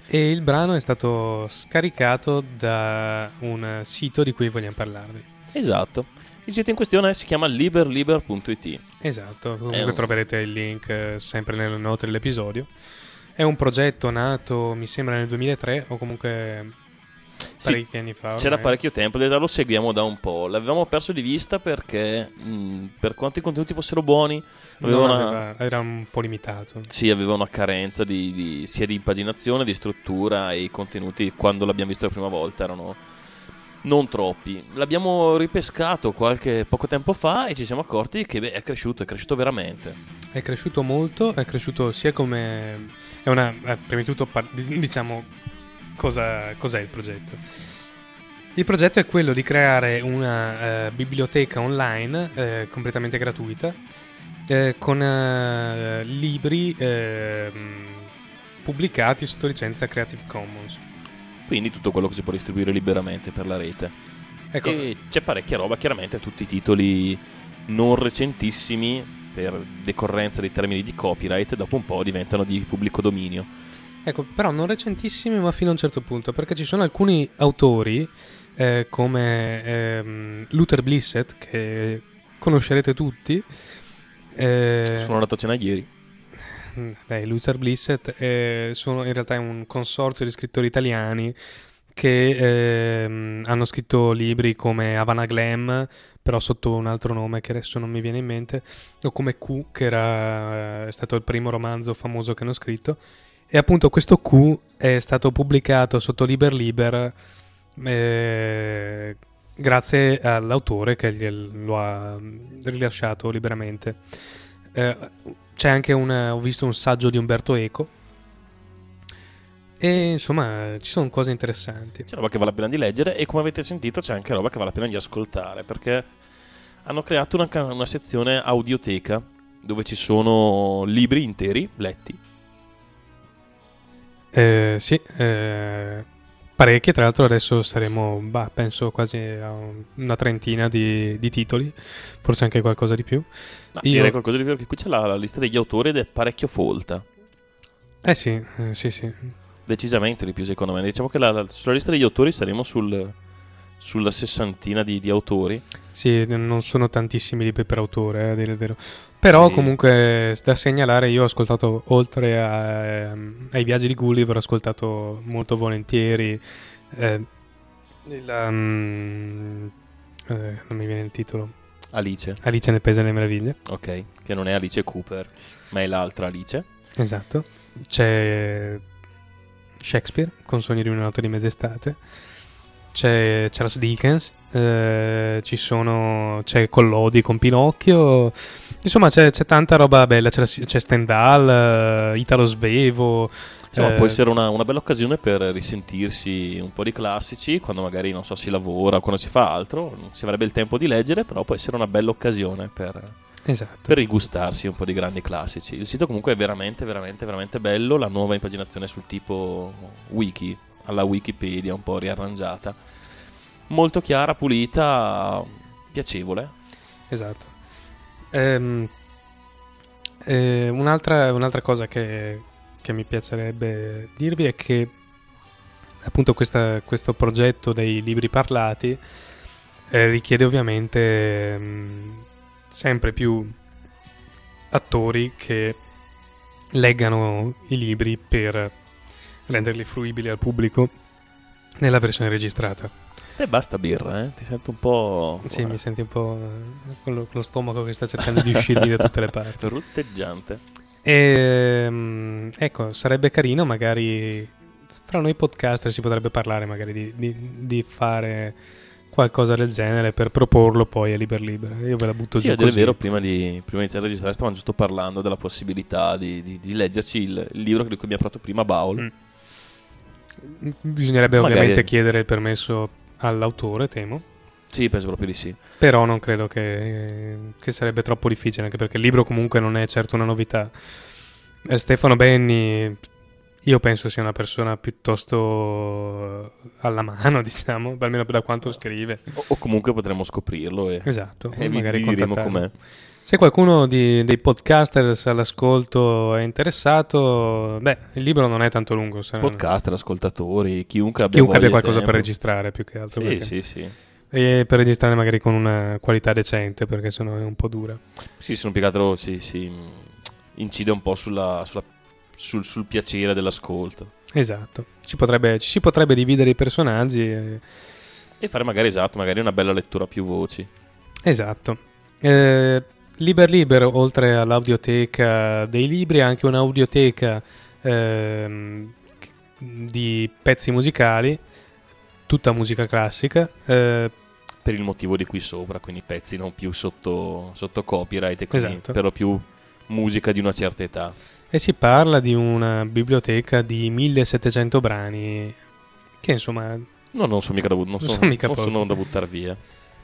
E il brano è stato scaricato da un sito di cui vogliamo parlarvi. Esatto. Il sito in questione si chiama liberliber punto it. Esatto, comunque un- troverete il link eh, sempre nelle note dell'episodio. È un progetto nato, mi sembra, nel duemilatré o comunque Sì, parecchi anni fa. c'era ormai. parecchio tempo, in realtà lo seguiamo da un po'. L'avevamo perso di vista perché, mh, per quanto i contenuti fossero buoni, aveva Non una, aveva- era un po' limitato. sì, aveva una carenza di, di- sia di impaginazione, di struttura, e i contenuti, quando l'abbiamo visto la prima volta, erano non troppi. L'abbiamo ripescato qualche poco tempo fa e ci siamo accorti che beh, è cresciuto, è cresciuto veramente. È cresciuto molto, è cresciuto sia come... È una... eh, prima di tutto par- diciamo cosa, cos'è il progetto. Il progetto è quello di creare una eh, biblioteca online eh, completamente gratuita eh, con eh, libri eh, mh, pubblicati sotto licenza Creative Commons. Quindi tutto quello che si può distribuire liberamente per la rete. Ecco, E c'è parecchia roba, chiaramente tutti i titoli non recentissimi, per decorrenza dei termini di copyright, dopo un po' diventano di pubblico dominio. ecco, però non recentissimi, ma fino a un certo punto, perché ci sono alcuni autori eh, come ehm, Luther Blissett, che conoscerete tutti. eh, Sono andato a cena ieri. Beh, Luther Blissett eh, sono in realtà un consorzio di scrittori italiani che ehm, hanno scritto libri come Havana Glam, però sotto un altro nome che adesso non mi viene in mente, o come Q, che era, è stato il primo romanzo famoso che hanno scritto. E appunto questo Q è stato pubblicato sotto Liber Liber eh, grazie all'autore che glielo ha rilasciato liberamente. Eh, c'è anche un, ho visto un saggio di Umberto Eco e insomma ci sono cose interessanti. C'è roba che vale la pena di leggere, e come avete sentito c'è anche roba che vale la pena di ascoltare, perché hanno creato una, ca- una sezione audioteca dove ci sono libri interi letti. Eh, sì, eh, parecchie, tra l'altro adesso saremo, bah, penso quasi a un- una trentina di, di titoli, forse anche qualcosa di più. Ma Io- direi qualcosa di più, perché qui c'è la, la lista degli autori ed è parecchio folta. Eh sì, eh, sì, sì. Decisamente di più, secondo me. Diciamo che la- la- sulla lista degli autori saremo sul, sulla sessantina di, di autori. Sì, non sono tantissimi libri per autore, eh, a dire il vero. Però Sì. comunque da segnalare, io ho ascoltato, oltre a, ehm, ai viaggi di Gulliver, ho ascoltato molto volentieri eh, il, um, eh, non mi viene il titolo, Alice, Alice nel Paese delle Meraviglie. ok, che non è Alice Cooper, ma è l'altra Alice. Esatto. C'è Shakespeare con Sogni di una notte di mezz'estate, c'è Charles Dickens, eh, ci sono c'è Collodi con Pinocchio, insomma c'è, c'è tanta roba bella, c'è, la- c'è Stendhal, eh, Italo Svevo. Insomma, eh, può essere una, una bella occasione per risentirsi un po' di classici, quando magari, non so, si lavora, quando si fa altro, non si avrebbe il tempo di leggere, però può essere una bella occasione per, Esatto. per rigustarsi un po' di grandi classici. Il sito comunque è veramente, veramente, veramente bello. La nuova impaginazione è sul tipo wiki, alla Wikipedia, un po' riarrangiata. Molto chiara, pulita, piacevole. Esatto. Ehm, eh, un'altra, un'altra cosa che, che mi piacerebbe dirvi è che appunto questa- questo progetto dei libri parlati eh, richiede ovviamente mh, sempre più attori che leggano i libri per renderli fruibili al pubblico nella versione registrata. Te basta birra, eh? Ti sento un po'... Sì, mi senti un po' eh, con lo, con lo stomaco che sta cercando di uscire da tutte le parti. rutteggiante. Ehm, ecco, sarebbe carino magari fra noi podcaster si potrebbe parlare magari di, di- di fare qualcosa del genere per proporlo poi a Liber Liber. Io ve la butto Sì, giù a dire il così. vero, prima di, prima di iniziare a registrare stavamo giusto parlando della possibilità di, di- di leggerci il, il libro di cui abbiamo parlato prima, Baul. Mm. Bisognerebbe Magari- ovviamente chiedere il permesso all'autore, temo. Sì, penso proprio di sì. Però non credo che, che sarebbe troppo difficile, anche perché il libro comunque non è certo una novità. Eh, Stefano Benni, io penso sia una persona piuttosto alla mano, diciamo, almeno da quanto scrive. O, o comunque potremmo scoprirlo e, Esatto, e vi, magari vi diremo contattarlo. com'è. Se qualcuno di- dei podcasters all'ascolto è interessato, beh, il libro non è tanto lungo. se- Podcaster, ascoltatori, chiunque abbia Chiunque abbia voglia e qualcosa per tempo. registrare, più che altro. Sì, perché- sì, sì. E per registrare magari con una qualità decente, perché sennò è un po' dura. Sì, sono più che altro sì, sì, mh, incide un po' sulla, sulla- sul, sul piacere dell'ascolto. Esatto. Si potrebbe, ci si potrebbe dividere i personaggi. e- E fare magari, esatto, magari una bella lettura a più voci. Esatto. Eh, Liber Liber, oltre all'audioteca dei libri, ha anche un'audioteca ehm, di pezzi musicali, tutta musica classica. eh, Per il motivo di qui sopra, quindi pezzi non più sotto, sotto copyright, e quindi Esatto. però più musica di una certa età. e si parla di una biblioteca di millesettecento brani, che insomma No, non sono mica da, bu- non Non sono, sono mica non pochi. sono da buttare via.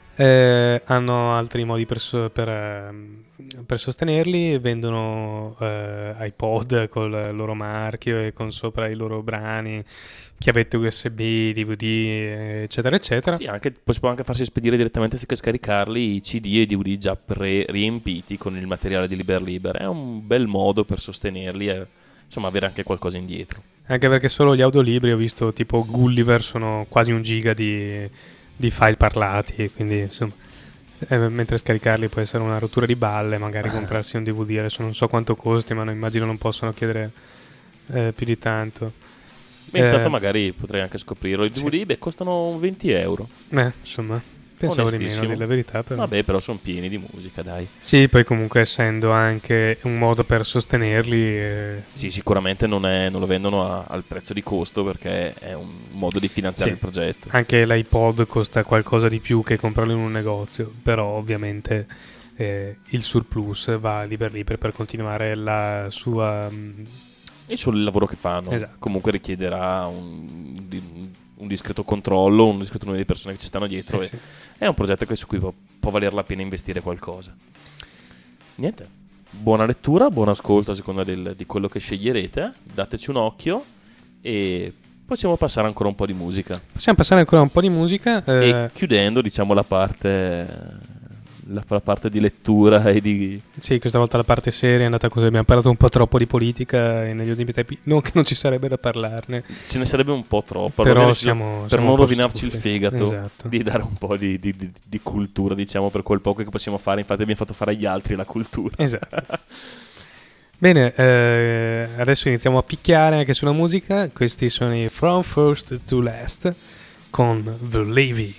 eh, hanno altri modi per, so- per, ehm, per sostenerli. Vendono eh, iPod col loro marchio e con sopra i loro brani, chiavette U S B, D V D, eccetera eccetera. Sì, anche, poi si può anche farsi spedire direttamente, se che scaricarli, i C D e i D V D già pre- riempiti con il materiale di Liber Liber. È un bel modo per sostenerli e insomma avere anche qualcosa indietro. Anche perché solo gli audiolibri, ho visto tipo Gulliver, sono quasi un giga di, di file parlati, quindi insomma, eh, mentre scaricarli può essere una rottura di balle, magari comprarsi un D V D. Adesso non so quanto costi, ma no, immagino non possono chiedere eh, più di tanto. Beh, intanto Eh, magari potrei anche scoprirlo. I D V D, sì. beh, costano venti euro. Eh, insomma, pensavo di meno, Onestissimo. della verità. Però. Vabbè, però sono pieni di musica, dai. Sì, poi comunque essendo anche un modo per sostenerli, eh, Sì, sicuramente non, è, non lo vendono a- al prezzo di costo, perché è un modo di finanziare Sì. il progetto. anche l'iPod costa qualcosa di più che comprarlo in un negozio, però ovviamente eh, il surplus va a Liber Liber per continuare la sua... mh, E sul lavoro che fanno. Esatto. Comunque richiederà un, di- un discreto controllo, un discreto numero di persone che ci stanno dietro. eh e sì. È un progetto che- su cui può, può valer la pena investire qualcosa. Niente. Buona lettura, buon ascolto a seconda del- di quello che sceglierete. Dateci un occhio e possiamo passare ancora un po' di musica. Possiamo passare ancora un po' di musica. eh, E chiudendo, diciamo, la parte la, la parte di lettura e di... Sì, questa volta la parte seria è andata così, abbiamo parlato un po' troppo di politica e negli ultimi tempi, non che non ci sarebbe da parlarne, Ce ne sarebbe un po' troppo. però allora siamo, per siamo non un po' rovinarci il stufi. fegato, Esatto. di dare un po' di, di- di- di cultura, diciamo, per quel poco che possiamo fare. Infatti abbiamo fatto fare agli altri la cultura. Esatto. Bene, eh, adesso iniziamo a picchiare anche sulla musica. Questi sono i From First to Last con The Levy.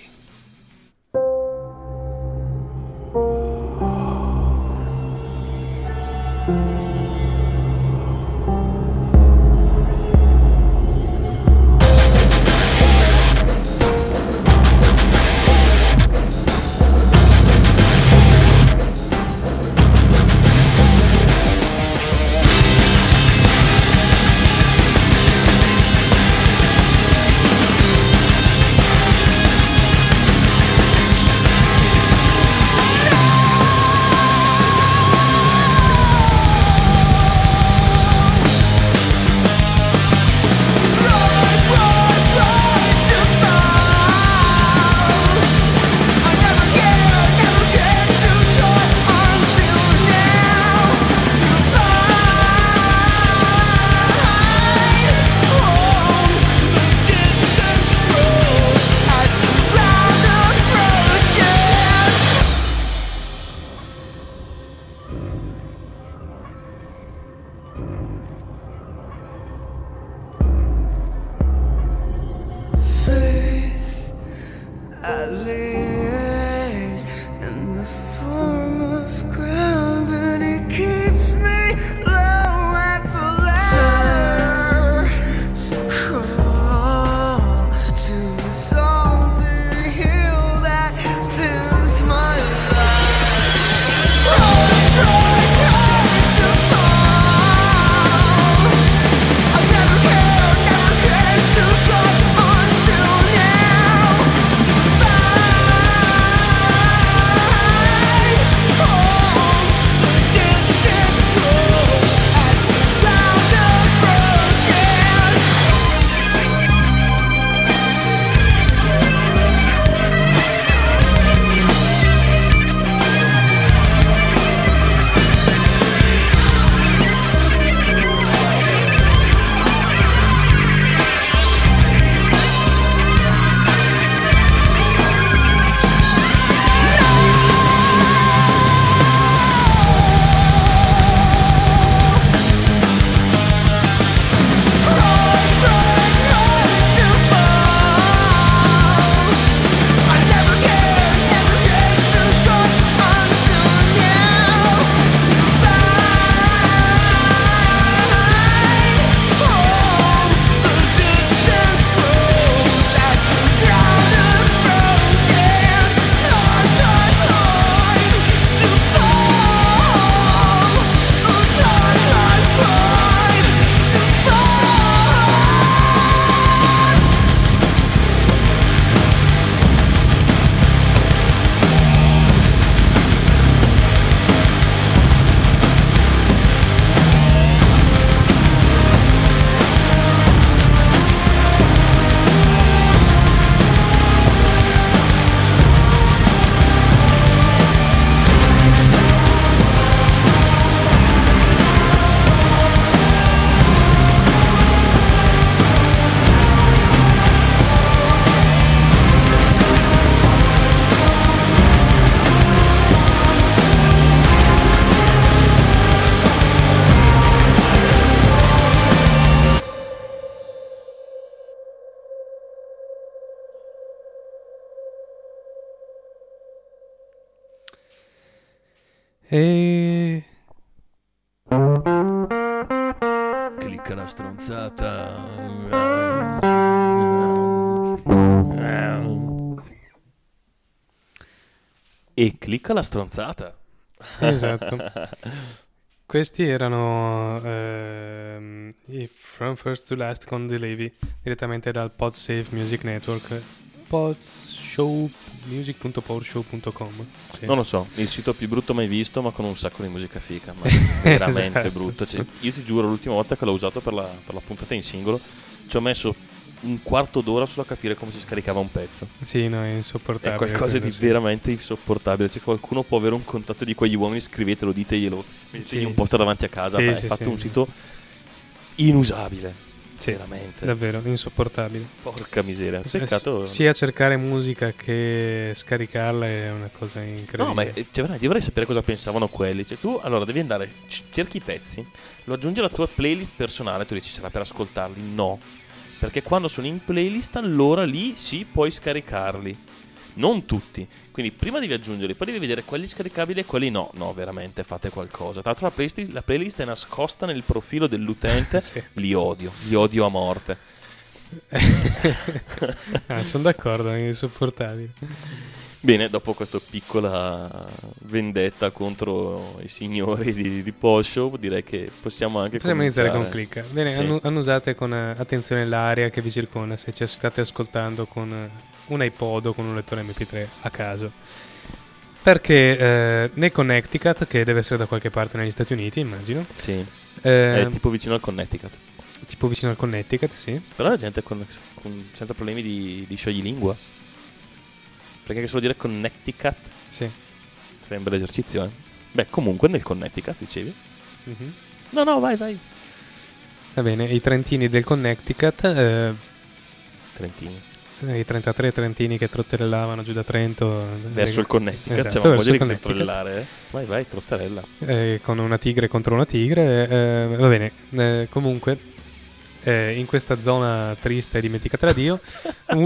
Faith at least in the form of gravity keeps me low at the ladder to crawl to the salty hill that is my life. Rise, rise, rise to fall. I never cared, never cared to try until now to find. E... Clicca la stronzata. E clicca la stronzata. Esatto. Questi erano ehm, i From First to Last con The Levy, direttamente dal PodSafe Music Network, podshow music punto podshow punto com. Sì. Non lo so, il sito più brutto mai visto, ma con un sacco di musica fica, ma veramente Esatto. brutto. Cioè, io ti giuro, l'ultima volta che l'ho usato per la, per la puntata in singolo, ci ho messo un quarto d'ora solo a capire come si scaricava un pezzo. Sì, no, è È insopportabile. qualcosa quello, di sì. veramente insopportabile. Se qualcuno può avere un contatto di quegli uomini, scrivetelo, diteglielo, mettetegli Sì, un posto davanti a casa. sì, Hai sì, fatto sì. un sito inusabile. Sì, Veramente. davvero, insopportabile. Porca miseria. Peccato. Eh, sia cercare musica che scaricarla è una cosa incredibile. No, ma eh, cioè, veramente, io vorrei sapere cosa pensavano quelli. Cioè, tu allora devi andare, c- cerchi i pezzi, lo aggiungi alla tua playlist personale. Tu dici sarà per ascoltarli? No, perché quando sono in playlist, allora lì sì, puoi scaricarli. Non tutti. Quindi prima devi aggiungerli, poi devi vedere quelli scaricabili e quelli no. No, veramente fate qualcosa. Tra l'altro la playlist, la playlist è nascosta nel profilo dell'utente. Sì. Li odio, li odio a morte. Ah, sono d'accordo, è insopportabile. Bene, dopo questa piccola vendetta contro i signori di, di Podshow, direi che possiamo anche Possiamo cominciare. iniziare con Clicca. Bene, Sì. annu- annusate con eh, attenzione l'area che vi circonda se ci state ascoltando con eh, un iPod o con un lettore M P tre a caso. Perché eh, nel Connecticut, che deve essere da qualche parte negli Stati Uniti, immagino, Sì, eh, è tipo vicino al Connecticut. tipo vicino al Connecticut, sì. Però la gente con, con- senza problemi di, di scioglilingua. Perché anche solo dire Connecticut Sì. sarebbe un bel esercizio, eh. Beh, comunque nel Connecticut, dicevi? Mhm. No, no, vai, vai. Va bene, i trentini del Connecticut, eh, Trentini. eh, i trentatré trentini che trotterellavano giù da Trento eh, Verso il Connecticut, Esatto, siamo un po' verso di il Connecticut. trotterellare, eh. Vai, vai, trotterella. eh, con una tigre contro una tigre. eh, va bene, eh, comunque, eh, in questa zona triste e dimenticata da Dio, un-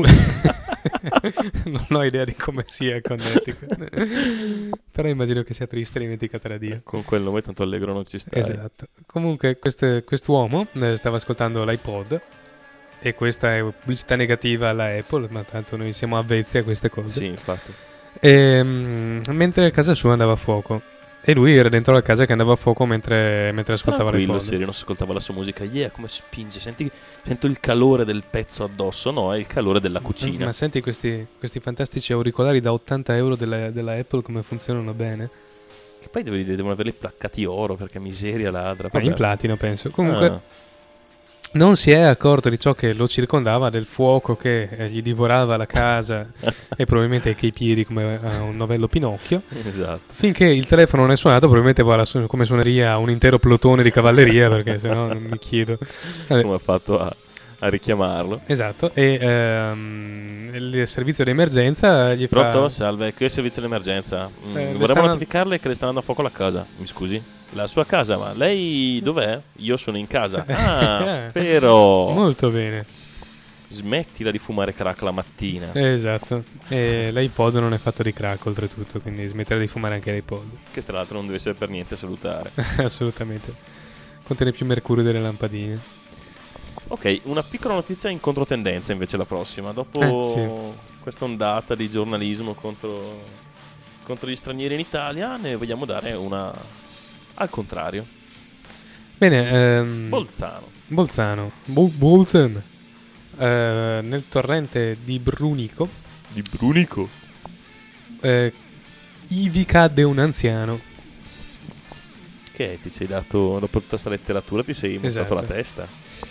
non ho idea di come sia il Connecticut, però immagino che sia triste e dimenticata da Dio. Con quel nome tanto allegro non ci stai. Esatto. Comunque, queste- quest'uomo eh, stava ascoltando l'iPod. E questa è pubblicità negativa alla Apple, ma tanto noi siamo avvezzi a queste cose. Sì, infatti. Ehm, mentre casa sua andava a fuoco. E lui era dentro la casa che andava a fuoco mentre, mentre ascoltava Tranquillo, l'iPod. sereno, si ascoltava la sua musica. Yeah, come spinge. Senti, sento il calore del pezzo addosso. No, è il calore della cucina. Ma senti questi, questi fantastici auricolari da ottanta euro della, della Apple come funzionano bene? Che poi devi- devono averli placcati oro, perché miseria ladra. Ma Vabbè. in platino penso. Comunque Ah, non si è accorto di ciò che lo circondava, del fuoco che eh, gli divorava la casa e probabilmente anche i piedi come a un novello Pinocchio. esatto. Finché il telefono non è suonato, probabilmente guarda su- come suoneria un intero plotone di cavalleria, perché sennò non mi chiedo. Vabbè, Come ha fatto a, a richiamarlo. esatto, e ehm, il servizio di emergenza gli fa... Pronto? Salve, qui è il servizio d'emergenza. Mm, Eh, le vorremmo stanno- notificarle che le sta andando a fuoco la casa. Mi scusi? La sua casa, ma lei dov'è? Io sono in casa. Ah, però Molto bene, smettila di fumare crack la mattina. esatto. E l'iPod non è fatto di crack oltretutto, quindi smettere di fumare anche l'iPod. Che tra l'altro non deve essere per niente salutare. Assolutamente. Contiene più mercurio delle lampadine. Ok, una piccola notizia in controtendenza invece la prossima. Dopo Eh, questa ondata di giornalismo contro, contro gli stranieri in Italia, ne vogliamo dare una al contrario. Bene, ehm, Bolzano. Bolzano. Bol- Bolzano. Eh, nel torrente di Brunico, Di Brunico. eh, ivi cadde un anziano. Che è? Ti sei dato, dopo tutta questa letteratura, ti sei mostrato Esatto. la testa.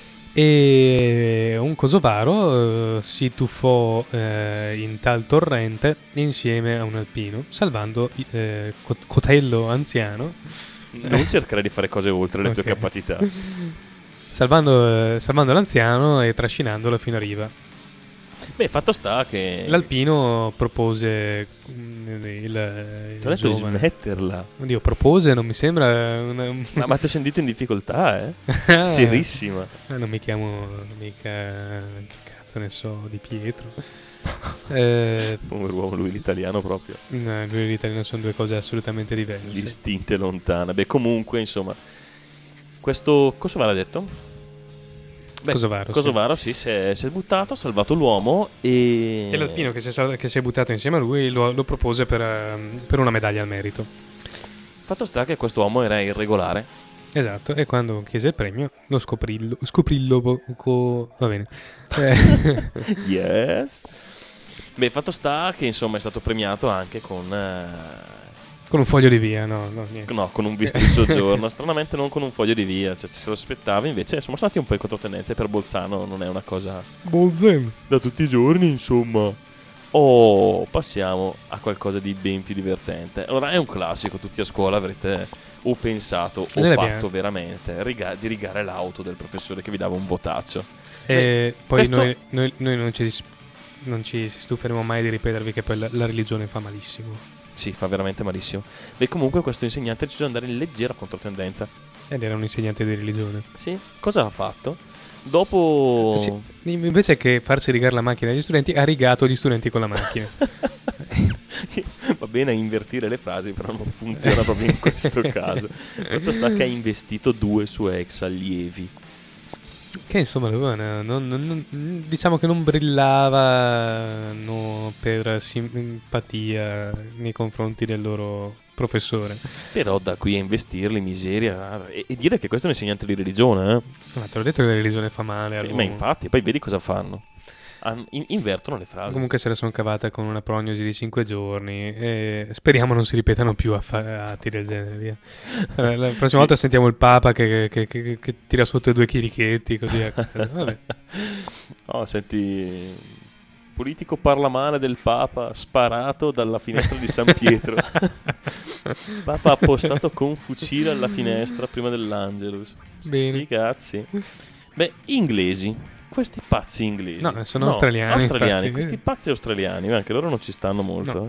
E un kosovaro eh, si tuffò eh, in tal torrente insieme a un alpino, salvando eh, co- cotello anziano, Non cercare di fare cose oltre le tue Ok. capacità. salvando, eh, salvando l'anziano e trascinandolo fino a riva. Beh, fatto sta che L'alpino propose mm, il, il, ti ho detto di giovane. smetterla. Oddio, propose, non mi sembra una- Ma, ma ti ho sentito in difficoltà, eh? Ah, Serissima. eh, non mi chiamo mica, che cazzo ne so, Di Pietro. Eh, Povero uomo, lui l'italiano proprio. no, lui e l'italiano sono due cose assolutamente diverse. Distinte lontane. Beh, comunque, insomma, questo Kosovaro ha detto? Beh, Kosovaro, Kosovaro, sì, si, è, si è buttato, ha salvato l'uomo e... E l'alpino che si è, sal- che si è buttato insieme a lui lo, lo propose per, ehm, per una medaglia al merito. Fatto sta che quest'uomo era irregolare. Esatto, e quando chiese il premio lo scoprillo, scoprillo po- co- va bene. Eh, Yes. Beh, fatto sta che insomma è stato premiato anche con... eh, con un foglio di via, no, no, niente. No, con un visto di soggiorno. Stranamente non con un foglio di via, cioè se lo aspettava. Invece sono stati un po' in controtendenza e per Bolzano non è una cosa Bolzen. da tutti i giorni, insomma. Oh, passiamo a qualcosa di ben più divertente. Allora, è un classico, tutti a scuola avrete o pensato o Noi fatto l'abbiamo. veramente riga- di rigare l'auto del professore che vi dava un votaccio. E poi questo- noi, noi- noi non, ci, non ci stuferemo mai di ripetervi che poi la, la religione fa malissimo. Sì, fa veramente malissimo. E comunque questo insegnante ha deciso di andare in leggera controtendenza. Ed era un insegnante di religione. Sì, cosa ha fatto? Dopo... Sì, invece che farsi rigare la macchina agli studenti, ha rigato gli studenti con la macchina. Va bene a invertire le frasi, però non funziona proprio in questo caso. Fatto sta che ha investito due suoi ex allievi. Che insomma non- non- non- diciamo che non brillava no, per simpatia nei confronti del loro professore. Però da qui a investirli, miseria. E, e dire che questo è un insegnante di religione, eh? Ma te l'ho detto che la religione fa male. Sì, allora. ma infatti, poi vedi cosa fanno. Han- in- invertono le frasi. Comunque se la sono cavata con una prognosi di cinque giorni e speriamo non si ripetano più affa- atti del genere. Via. Eh, La prossima volta sentiamo il Papa che, che- che- che- che tira sotto i due chirichetti così. a casa. Vabbè. Oh, senti, politico parla male del Papa, sparato dalla finestra di San Pietro. Papa appostato con fucile alla finestra prima dell'Angelus. Bene. I cazzi. Beh, inglesi. Questi pazzi inglesi. No, sono australiani, Australiani, infatti. questi pazzi australiani, anche loro non ci stanno molto. No. eh.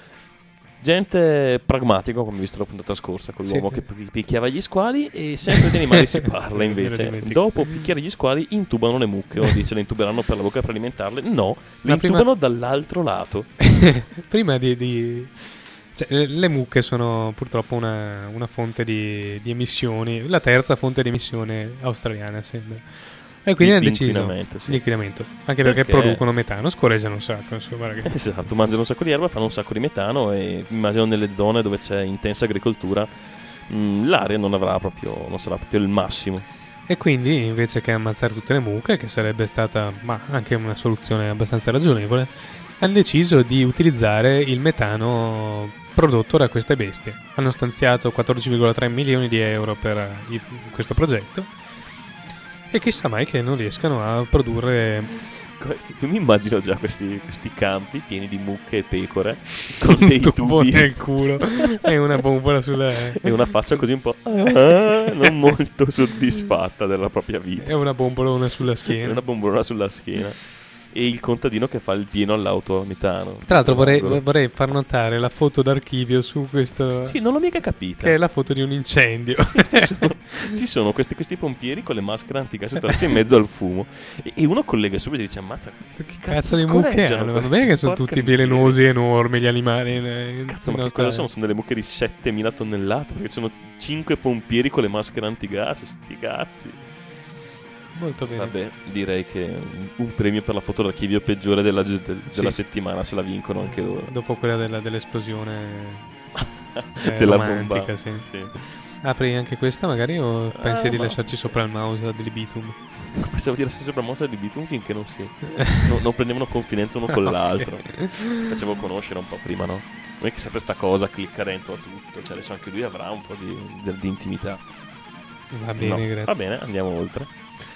Gente pragmatico, come visto la puntata scorsa, con l'uomo Sì. che pi- picchiava gli squali, e sempre di animali si parla Me lo invece. dimentico. Dopo picchiare gli squali intubano le mucche, o dice le intuberanno per la bocca per alimentarle. No, le La prima- intubano dall'altro lato. Prima di... di- cioè, le- le mucche sono purtroppo una, una fonte di, di emissioni, la terza fonte di emissione australiana sembra. E quindi Di- hanno di deciso inquinamento, sì. di inquinamento, anche perché, Perché? producono metano, scorreggiano un sacco, insomma, ragazzi. Esatto, mangiano un sacco di erba, fanno un sacco di metano, e immagino nelle zone dove c'è intensa agricoltura mh, l'aria non avrà proprio, non sarà proprio il massimo. E quindi invece che ammazzare tutte le mucche, che sarebbe stata ma anche una soluzione abbastanza ragionevole, hanno deciso di utilizzare il metano prodotto da queste bestie. Hanno stanziato quattordici virgola tre milioni di euro per eh, i- questo progetto. E chissà mai che non riescano a produrre Io mi immagino già questi, questi campi pieni di mucche e pecore con dei un tubo tubi nel culo e una bombola sulla e una faccia così un po' ah, non molto soddisfatta della propria vita, e una bombolona sulla e schiena. una bombolona sulla schiena e il contadino che fa il pieno all'auto a metano. Tra l'altro vorrei, Angolo. vorrei far notare la foto d'archivio su questo, Sì, non l'ho mica capita. che è la foto di un incendio. ci sono, ci sono questi, questi pompieri con le maschere antigas trovate in mezzo al fumo, e, e uno collega subito e dice ammazza, che Cazzo di mucche scorreggiano hanno? Va questi? bene che sono Porca tutti miseria. velenosi enormi gli animali. eh, Cazzo, in ma che Australia. cosa sono? Sono delle mucche di settemila tonnellate, perché sono cinque pompieri con le maschere antigas, sti cazzi. Molto bene. Vabbè, direi che un, un premio per la foto d'archivio peggiore della, del- della Sì. settimana se la vincono anche loro. Dopo quella della- dell'esplosione eh, Della romantica, bomba. sì. Sì. Apri anche questa magari o pensi Ah, di ma- lasciarci sopra il mouse ad libitum? Pensavo di essere sopra mossa di Bitum finché non si no- non prendevano confidenza uno con Ok. l'altro. Facevo conoscere un po' prima, no? Non è che sempre sta cosa clicca dentro a tutto, cioè adesso anche lui avrà un po' di, di- di intimità. Va bene, No. grazie. Va bene, andiamo oltre.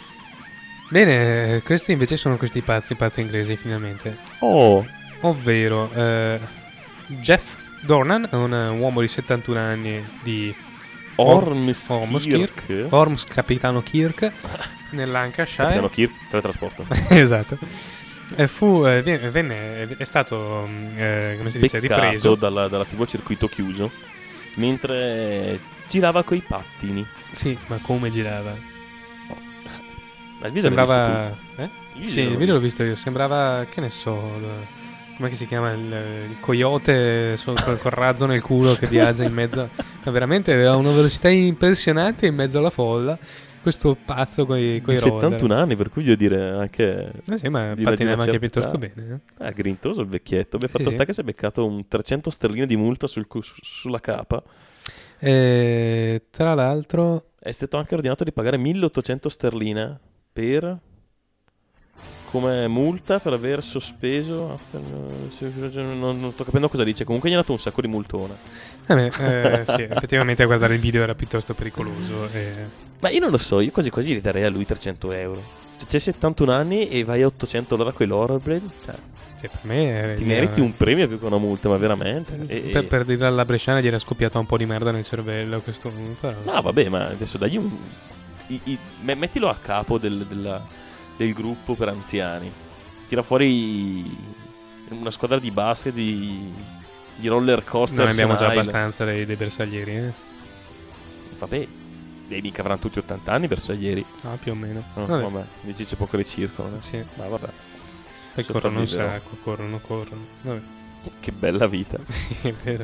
Bene, questi invece sono questi pazzi, pazzi inglesi finalmente. Oh, Ovvero eh, Jeff Dornan, un uomo di settantuno anni di Ormskirk. Ormskirk, Orms Capitano Kirk nell'Lancashire. Capitano Kirk, teletrasporto. Esatto. E fu, eh, venne, venne- è stato, mm, eh, come si dice, Beccato ripreso. dalla, dalla tivù a circuito chiuso mentre girava coi pattini. Sì, ma come girava? Ma il video l'hai sembrava... visto Eh? Il video Sì, l'ho il video l'ho visto. visto io. Sembrava, che ne so... l- Com'è che si chiama? Il, il coyote sul- col, col razzo nel culo che viaggia in mezzo... Ma veramente aveva una velocità impressionante in mezzo alla folla. Questo pazzo coi, coi Di roller. settantuno anni, per cui voglio dire anche... Eh sì, ma di una- di una pattinava anche certa piuttosto età. bene. Eh? Ah, grintoso il vecchietto. Beh, fatto Sì, sta sì. che si è beccato un trecento sterline di multa sul cu- su- sulla capa. E, tra l'altro... È stato anche ordinato di pagare milleottocento sterline per... come multa per aver sospeso... Non, non sto capendo cosa dice. Comunque gli ha dato un sacco di multone. Vabbè, eh, sì, effettivamente a guardare il video era piuttosto pericoloso. E... Ma io non lo so, io quasi quasi gli darei a lui trecento euro. Cioè, c'hai settantuno anni e vai a ottocento all'ora con i rollerblade? Cioè, Sì, per me era- ti gli meriti era- un premio più che una multa, ma veramente. E- per, e- per dire alla bresciana gli era scoppiata un po' di merda nel cervello a questo punto. però- No, vabbè, ma adesso dagli un... i- i- me- mettilo a capo del, della- del gruppo per anziani. Tira fuori una squadra di basket, di, di roller coaster. Non ne abbiamo già senile. abbastanza dei, dei bersaglieri, eh? Vabbè, e mica avranno tutti ottanta anni bersaglieri. Ah, più o meno. No, Vabbè, vabbè, dici c'è poco ricircolo. eh. sì. Ma vabbè, Poi corrono un sopravviverò. sacco, corrono, corrono. Vabbè, che bella vita. sì, è vero.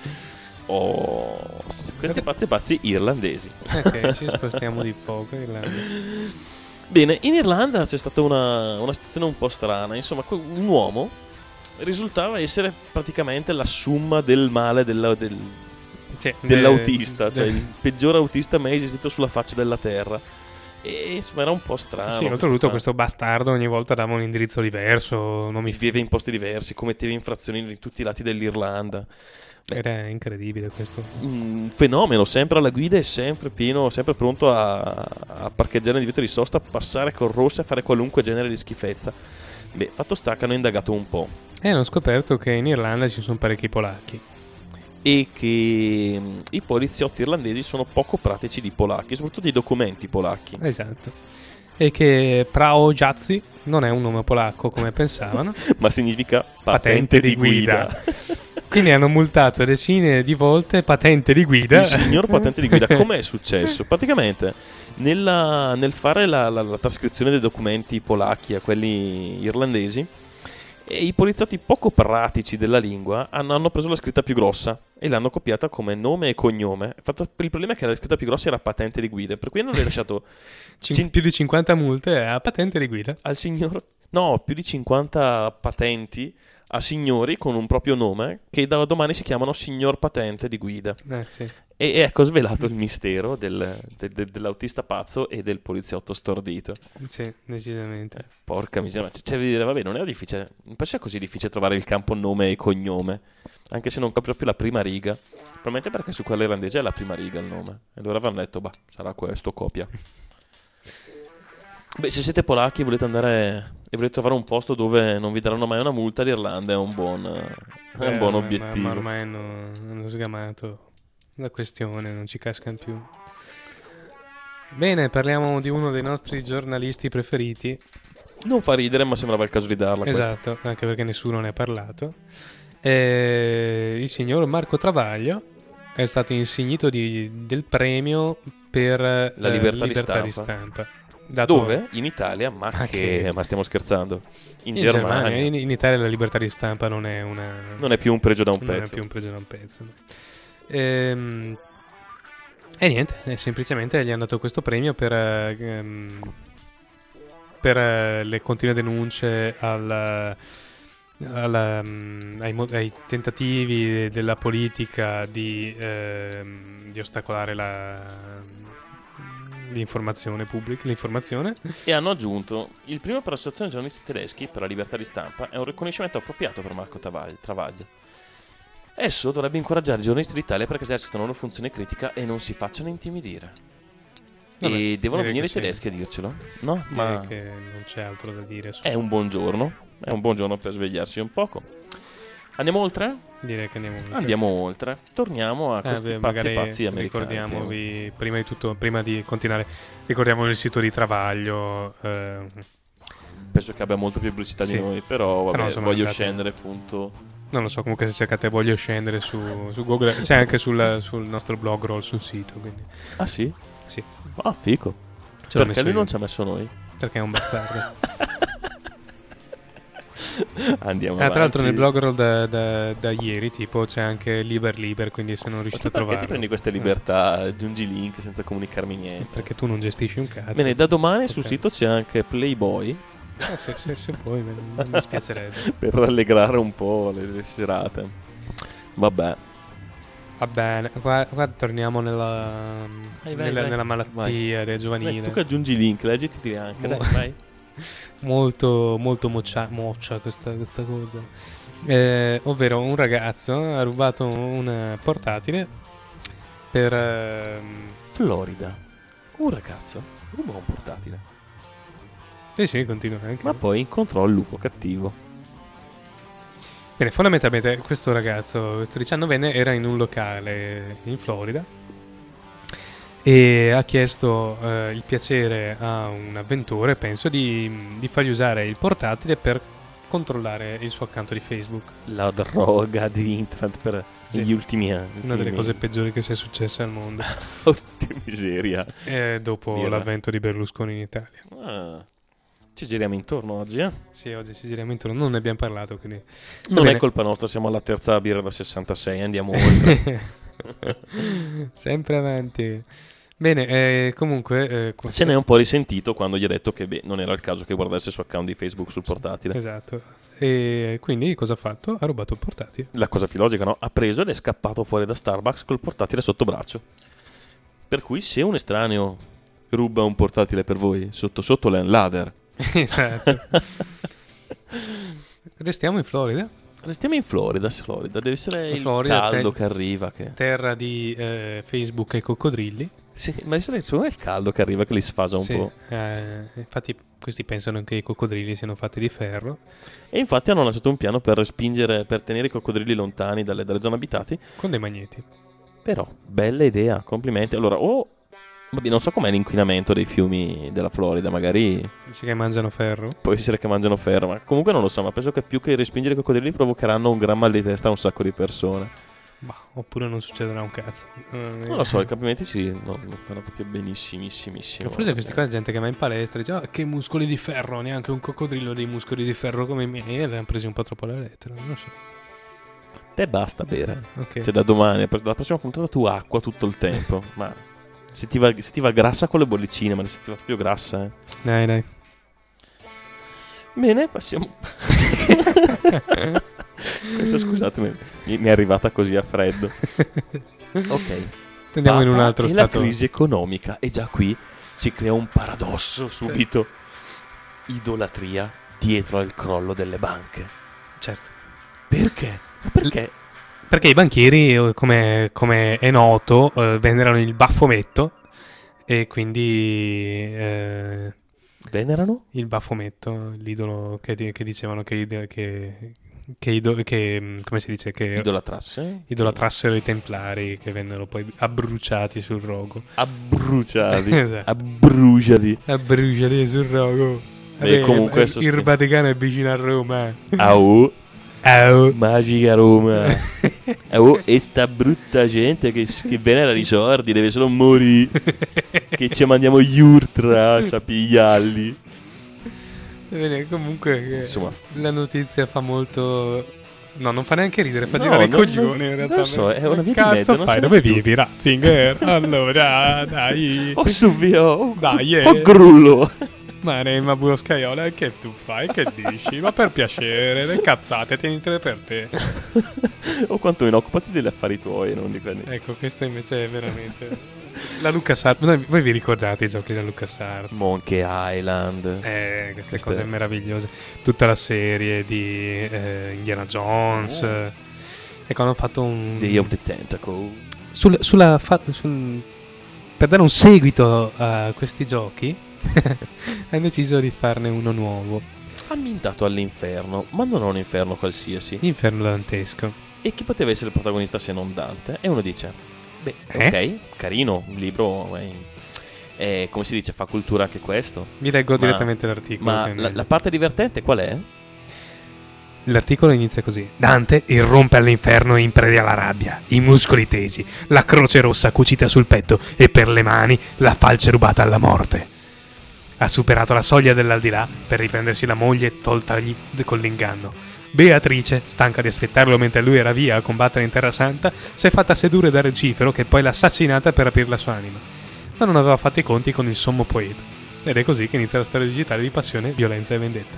Oh, questi pazzi pazzi irlandesi. Ok, ci spostiamo di poco. Irlanda. Bene, in Irlanda c'è stata una, una situazione un po' strana. Insomma, que- un uomo risultava essere praticamente la summa del male della- del- Sì, dell'autista, de- cioè de- il peggior autista mai esistito sulla faccia della terra. E insomma era un po' strano. Sì, oltretutto questo bastardo ogni volta dava un indirizzo diverso, nomi viveva in posti diversi, commetteva infrazioni di tutti i lati dell'Irlanda. Beh, Era incredibile questo. un fenomeno, sempre alla guida e sempre pieno, sempre pronto a, a parcheggiare in divieto di sosta, passare col rosso e fare qualunque genere di schifezza. Beh, fatto sta che hanno indagato un po' E hanno scoperto che in Irlanda ci sono parecchi polacchi. e che mh, i poliziotti irlandesi sono poco pratici di polacchi, soprattutto dei documenti polacchi. Esatto. E che Prao Jazzi non è un nome polacco come pensavano. Ma significa patente, di guida. Quindi hanno multato decine di volte patente di guida. Il signor patente di guida. Com'è successo? Praticamente nella- nel fare la, la- la trascrizione dei documenti polacchi a quelli irlandesi, e i poliziotti poco pratici della lingua hanno, hanno preso la scritta più grossa e l'hanno copiata come nome e cognome. Fatto- il problema è che la scritta più grossa era patente di guida, per cui hanno rilasciato Cin- cin- più di cinquanta multe a patente di guida. al signor... No, più di cinquanta patenti a signori con un proprio nome che da domani si chiamano signor patente di guida. Eh, sì. E e ecco svelato il mistero del- del- del- dell'autista pazzo e del poliziotto stordito. Sì, decisamente. Porca miseria, ma c'è da dire, vabbè, non era difficile. Non penso sia così difficile trovare il campo nome e cognome, anche se non copre proprio la prima riga. Probabilmente perché su quella irlandese è la prima riga il nome. E allora avevano detto, bah, sarà questo, copia. Beh, se siete polacchi e volete andare e volete trovare un posto dove non vi daranno mai una multa, l'Irlanda è un buon, è un Eh, buon ma- obiettivo. Ma ormai hanno, hanno sgamato la questione, non ci cascano più. Bene, parliamo di uno dei nostri giornalisti preferiti. Non fa ridere, ma sembrava il caso di darla questa. Esatto, anche perché nessuno ne ha parlato. Eh, il signor Marco Travaglio è stato insignito di- del premio per eh, La libertà di di stampa. stampa. Dato- Dove? In Italia, ma, Ma che... che- ma stiamo scherzando. In, In Germania. Germania. In, in Italia la libertà di stampa non è una... Non è più un pregio da un non è pezzo. più un pregio da un pezzo. no. Ehm, e niente, eh, semplicemente gli hanno dato questo premio per, eh, ehm, per eh, le continue denunce al, alla, mm, ai, mo- ai tentativi della politica di, ehm, di ostacolare la, l'informazione pubblica, l'informazione. E hanno aggiunto: il primo per l'associazione dei giornalisti tedeschi per la libertà di stampa è un riconoscimento appropriato per Marco Travaglia. Travaglia. Esso dovrebbe incoraggiare i giornalisti d'Italia perché esercitano una funzione critica e non si facciano intimidire. Vabbè, e devono direi venire i che sì. tedeschi a dircelo? No, Direi ma che non c'è altro da dire. su- è un buon giorno. È un buon giorno per svegliarsi un poco. Andiamo oltre? Direi che andiamo oltre. Andiamo oltre. Torniamo a Eh, questi beh, pazzi magari pazzi americani. ricordiamovi prima di tutto, prima di continuare, ricordiamo il sito di Travaglio. eh, Penso che abbia molto più pubblicità Sì. di noi, però vabbè, Però, insomma, voglio andate- scendere appunto. non lo so, comunque se cercate voglio scendere su, su Google, c'è anche sul, sul nostro blog roll sul sito. Quindi Ah sì? sì, Ah, fico. ce l'ho Perché messo lui io. non ci ha messo noi? perché è un bastardo. Andiamo Ah, tra l'altro avanti. nel blog roll da, da, da ieri tipo c'è anche Liber Liber, quindi se non riuscite a Perché ti trovarlo prendi queste libertà, aggiungi link senza comunicarmi Eh, niente? perché tu non gestisci un cazzo. Bene, da domani sul Ok. sito c'è anche Playboy Eh, se, se, se puoi, me- non mi spiacerebbe. per rallegrare un po' le, le serate. Vabbè. Va bene, qua, qua torniamo nella, Vai, vai, nella, vai. nella malattia del giovanile. Dai, tu che aggiungi link, leggiti anche, dai, Mo- vai. Molto, molto moccia, moccia questa, questa cosa. Eh, ovvero un ragazzo ha rubato un portatile per... ehm, Florida. Un ragazzo ruba un portatile, Sì, sì, continua anche. ma poi incontrò il lupo cattivo. Bene, fondamentalmente questo ragazzo, questo diciannovenne, era in un locale in Florida e ha chiesto eh, il piacere a un avventore, penso, di, di fargli usare il portatile per controllare il suo account di Facebook. La droga di internet per Sì. gli ultimi anni. Una delle cose peggiori che sia successe al mondo Oh, che miseria. eh, dopo Birra. l'avvento di Berlusconi in Italia. Ah, ci giriamo intorno oggi, eh? Sì, oggi ci giriamo intorno, non ne abbiamo parlato, quindi... Non bene. è colpa nostra, siamo alla terza birra da sessantasei, andiamo oltre. Sempre avanti. Bene, eh, comunque... eh, cons- Se ne è un po' risentito quando gli ha detto che beh, non era il caso che guardasse il suo account di Facebook sul portatile. Esatto. E quindi cosa ha fatto? Ha rubato il portatile. La cosa più logica, no? Ha preso ed è scappato fuori da Starbucks col portatile sotto braccio. Per cui se un estraneo ruba un portatile per voi, sotto sotto l'è un ladder. Esatto. Restiamo in Florida, Restiamo in Florida, Florida. Deve essere il Florida, caldo te- che arriva. Che... terra di eh, Facebook e coccodrilli. Sì, ma deve essere secondo me il caldo che arriva che li sfasa un Sì, po'. eh, infatti questi pensano che i coccodrilli siano fatti di ferro. E infatti hanno lanciato un piano per respingere, per tenere i coccodrilli lontani dalle, dalle zone abitate. Con dei magneti. Però, bella idea, complimenti. Allora, o... vabbè, non so com'è l'inquinamento dei fiumi della Florida, magari Dici che mangiano ferro? può essere che mangiano ferro, ma comunque non lo so, ma penso che più che respingere i coccodrilli provocheranno un gran mal di testa a un sacco di persone. Bah, oppure non succederà un cazzo. Eh, Non lo so, i cambiamenti sì, no, non fanno proprio benissimissimo. Forse questi qua è gente che va in palestra e dice: "Ah, che muscoli di ferro, neanche un coccodrillo ha dei muscoli di ferro come i miei." E li hanno presi un po' troppo alla lettera, non lo so. Te basta bere. Ok. Cioè da domani, per la prossima puntata tu acqua tutto il tempo. Ma se ti, va, se ti va grassa con le bollicine, ma se ti va proprio grassa, eh. Dai, dai. Bene, passiamo. Questa scusatemi, mi, mi è arrivata così a freddo. Ok. Andiamo in un Papa altro e stato. la crisi economica. E già qui si crea un paradosso subito. Idolatria dietro al crollo delle banche. Certo. Perché? Ma perché? Perché i banchieri, eh, come, come è noto, eh, venerano il baffometto e quindi eh, Venerano? il baffometto, l'idolo che, di- che dicevano che, ide- che, che, ido- che, mm, come si dice, che Idolatrasse? idolatrassero i templari che vennero poi abbruciati sul rogo. Abbruciati. Esatto. Abbruciati. Abbruciati sul rogo. Beh, comunque il, sosten- il Vaticano è vicino a Roma. Au. Au. Magica Roma. Oh, e sta brutta gente che, che venera i sordi, deve solo morire. Che ci mandiamo gli ultra a sapigliarli. Bene, comunque eh, Insomma. la notizia fa molto... No, non fa neanche ridere, fa No, girare i non- coglioni non- in realtà. non so, è una via di Cazzo mezzo, non fai? so Dove tu. vivi, Ratzinger? Allora, dai. Oh Suvio, oh, Dai, eh. oh Grullo. Ma Rema Buscaiola, che tu fai? Che dici? Ma per piacere, le cazzate, tienitele per te. O quantomeno occupati degli affari tuoi, non di quelli. Ecco, questa invece è veramente... La LucasArts, voi voi vi ricordate i giochi della LucasArts? Monkey Island. Eh, queste Queste- cose meravigliose. Tutta la serie di eh, Indiana Jones. Oh. eh. Ecco, hanno fatto un... Day of the Tentacle. Sul- sulla fa- sul- per dare un seguito a questi giochi, hanno deciso di farne uno nuovo. Ambientato all'inferno, ma non a un inferno qualsiasi. Inferno dantesco. E chi poteva essere il protagonista se non Dante? E uno dice, beh, Eh? ok, carino, un libro, eh, eh, come si dice, fa cultura anche questo. Vi leggo Ma- direttamente l'articolo. Ma che è la, meglio. la parte divertente qual è? L'articolo inizia così: Dante irrompe all'inferno in preda alla rabbia, i muscoli tesi, la croce rossa cucita sul petto e per le mani la falce rubata alla morte. Ha superato la soglia dell'aldilà per riprendersi la moglie toltagli con l'inganno. Beatrice, stanca di aspettarlo mentre lui era via a combattere in Terra Santa, si è fatta sedurre da Recifero, che poi l'ha assassinata per aprire la sua anima. Ma non aveva fatto i conti con il sommo poeta. Ed è così che inizia la storia digitale di passione, violenza e vendetta.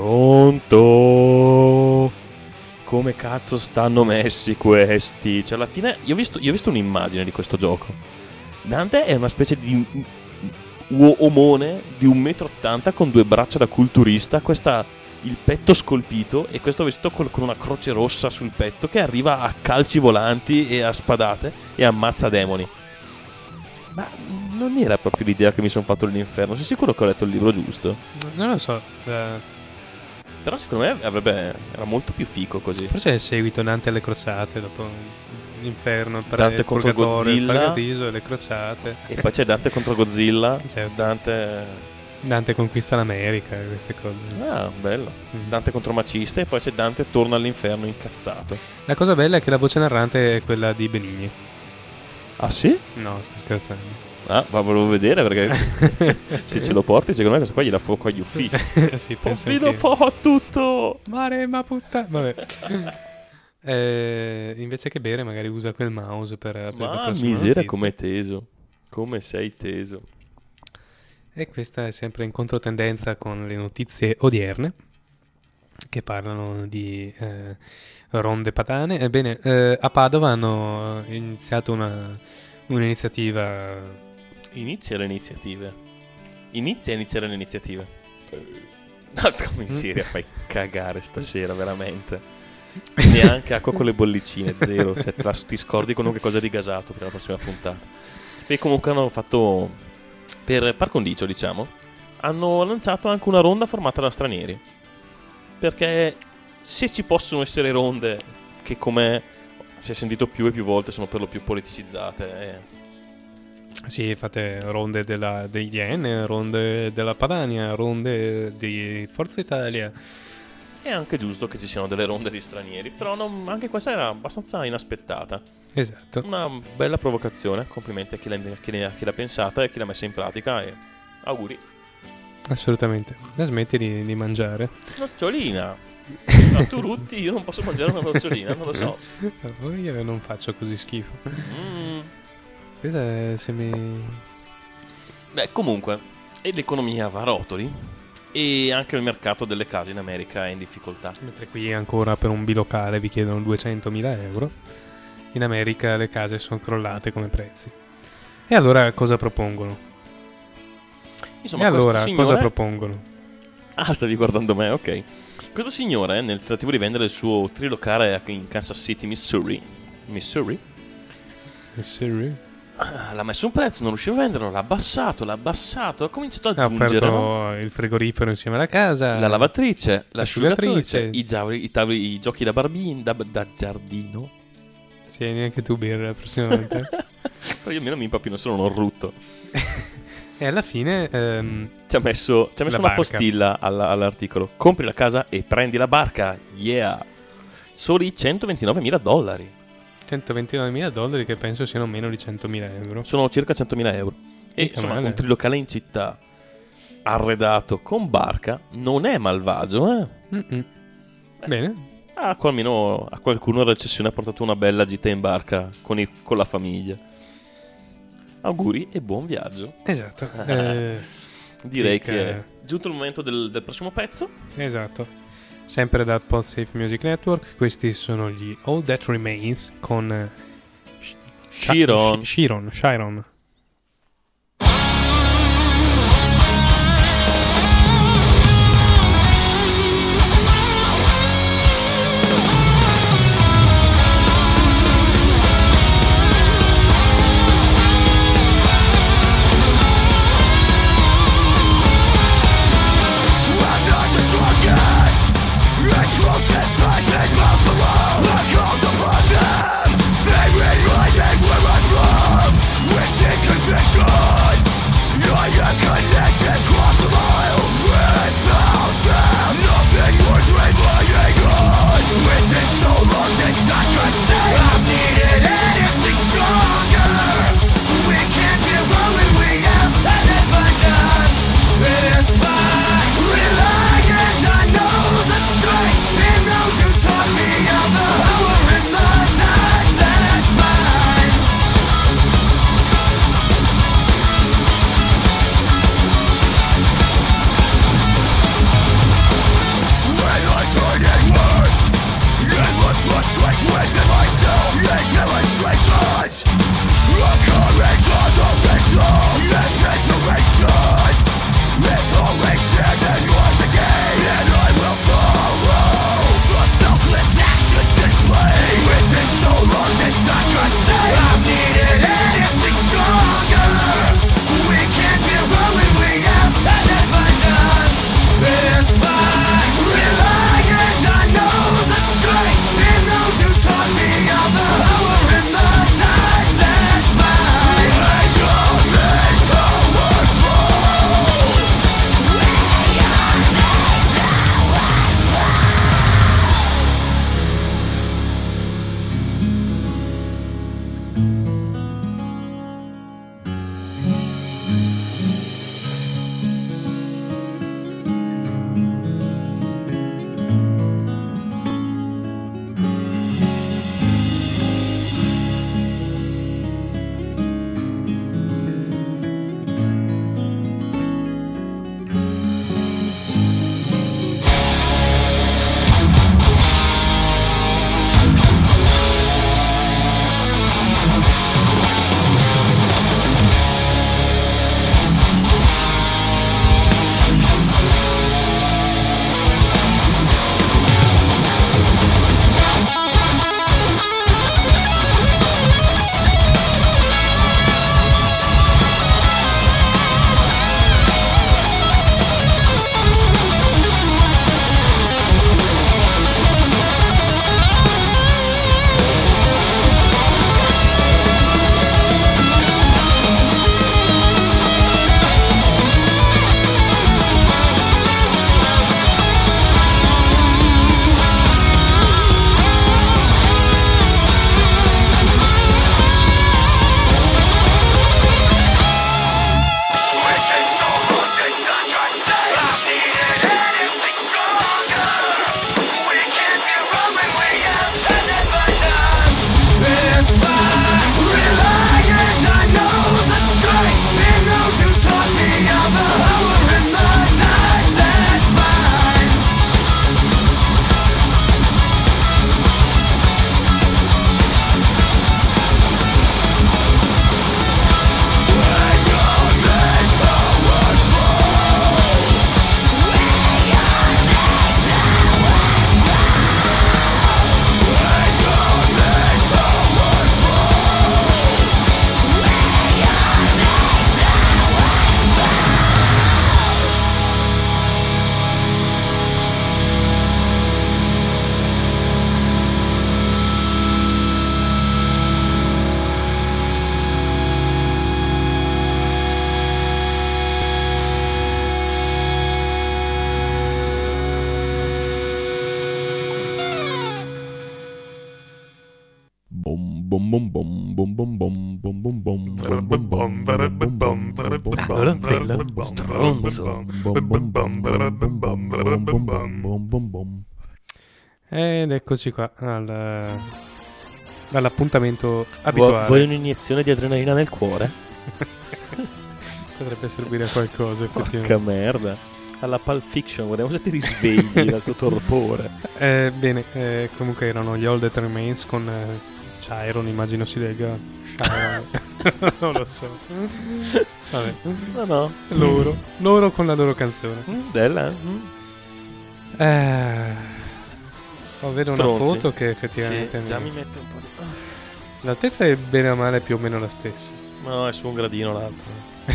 Pronto? Come cazzo stanno messi questi? Cioè, alla fine, io ho visto, io ho visto un'immagine di questo gioco. Dante è una specie di u- omone di un metro e ottanta con due braccia da culturista, questa, il petto scolpito e questo vestito col- con una croce rossa sul petto che arriva a calci volanti e a spadate e ammazza demoni. Ma non era proprio l'idea che mi sono fatto dell'inferno. Sei sicuro che ho letto il libro giusto? Non lo so. eh, Però secondo me avrebbe, era molto più fico così. Forse è il seguito Dante alle crociate, dopo l'inferno, il, Dante il contro purgatorio, il Godzilla. paradiso e le crociate. E poi c'è Dante contro Godzilla. Certo. Dante... Dante conquista l'America, queste cose. Ah, bello. Mm. Dante contro Maciste. E poi c'è Dante torna all'inferno incazzato. La cosa bella è che la voce narrante è quella di Benigni. Ah sì? No, sto scherzando. Ah, ma volevo vedere perché se ce lo porti secondo me questa qua gliela fuoco agli uffici. Sì, penso Confido anch'io. po' tutto. Mare ma puttana. Vabbè. Eh, invece che bere magari usa quel mouse per aprire la Ma prossima misera notizia. com'è teso. Come sei teso. E questa è sempre in controtendenza con le notizie odierne che parlano di eh, ronde padane. Ebbene, eh, a Padova hanno iniziato una, un'iniziativa. Inizia le iniziative. Inizia a iniziare le iniziative. No, come in Siria fai cagare stasera, veramente. Neanche acqua con le bollicine, zero. Cioè, tra, ti scordi qualunque cosa di gasato per la prossima puntata. E comunque hanno fatto, per par condicio, diciamo, hanno lanciato anche una ronda formata da stranieri. Perché se ci possono essere ronde che, come si è sentito più e più volte, sono per lo più politicizzate. Eh. Sì, fate ronde della, degli N, ronde della Padania, ronde di Forza Italia. È anche giusto che ci siano delle ronde di stranieri. Però non- anche questa era abbastanza inaspettata. Esatto. Una bella provocazione. Complimenti a chi l'ha, chi ne- a chi l'ha pensata e a chi l'ha messa in pratica. E auguri. Assolutamente. La smetti di, di mangiare. Nocciolina. No, tu rutti, io non posso mangiare una nocciolina, non lo so. Poi io non faccio così schifo. Mm. Questa è se mi... Beh, comunque, e l'economia va a rotoli e anche il mercato delle case in America è in difficoltà. Mentre qui ancora per un bilocale vi chiedono duecentomila euro, in America le case sono crollate come prezzi. E allora cosa propongono? Insomma, e allora questo signore... cosa propongono? Ah, stavi guardando me, ok. Questo signore, nel tentativo di vendere il suo trilocale in Kansas City, Missouri, Missouri, Missouri? ah, l'ha messo un prezzo, non riusciva a venderlo, l'ha abbassato, l'ha abbassato, ha cominciato ad Ha aggiungere, no? offerto il frigorifero insieme alla casa, La lavatrice, l'asciugatrice, l'asciugatrice. i, giavi- i, tavoli- i giochi da barbino, da, da giardino. Sì, neanche tu birra la prossima volta. Però io almeno mi impapino solo non rutto. E alla fine ehm, Ci ha messo, ci ha messo La una barca. postilla alla- all'articolo. Compri la casa e prendi la barca. Yeah. Soli centoventinovemila dollari. centoventinovemila dollari, che penso siano meno di centomila euro. Sono circa centomila euro. E Mica insomma, male. un trilocale in città arredato con barca non è malvagio, eh? Mm-mm. Bene. Ah, qua almeno a qualcuno la recessione ha portato una bella gita in barca con, i- con la famiglia. Auguri e buon viaggio. Esatto. Eh, Direi Dica- che è giunto il momento del, del prossimo pezzo. esatto. Sempre dal Podsafe Music Network, questi sono gli All That Remains con eh, Sha- Chiron. Sh- Chiron, Chiron. We can't be rolling, we have had it, but just bom bom bom bom bom bom bom bom bom bom bom bom stronzo. Ed eccoci qua al, all'appuntamento Vuoi, abituale. vuoi un'iniezione di adrenalina nel cuore? Potrebbe servire a qualcosa, Porca effettivamente. merda. Alla Pulp Fiction, vediamo se ti risvegli dal tuo torpore. Eh, bene, eh, comunque erano gli All That Remains con eh, Chiron, immagino si legga. Chiron. Non lo so. Vabbè. No, no. Loro. Loro con la loro canzone. Mm, Bella. mm. Eh... Oh, vedo una Stronzi. foto che effettivamente Sì, già mi- mi mette un po' di... l'altezza è bene o male più o meno la stessa. No, è su un gradino l'altro.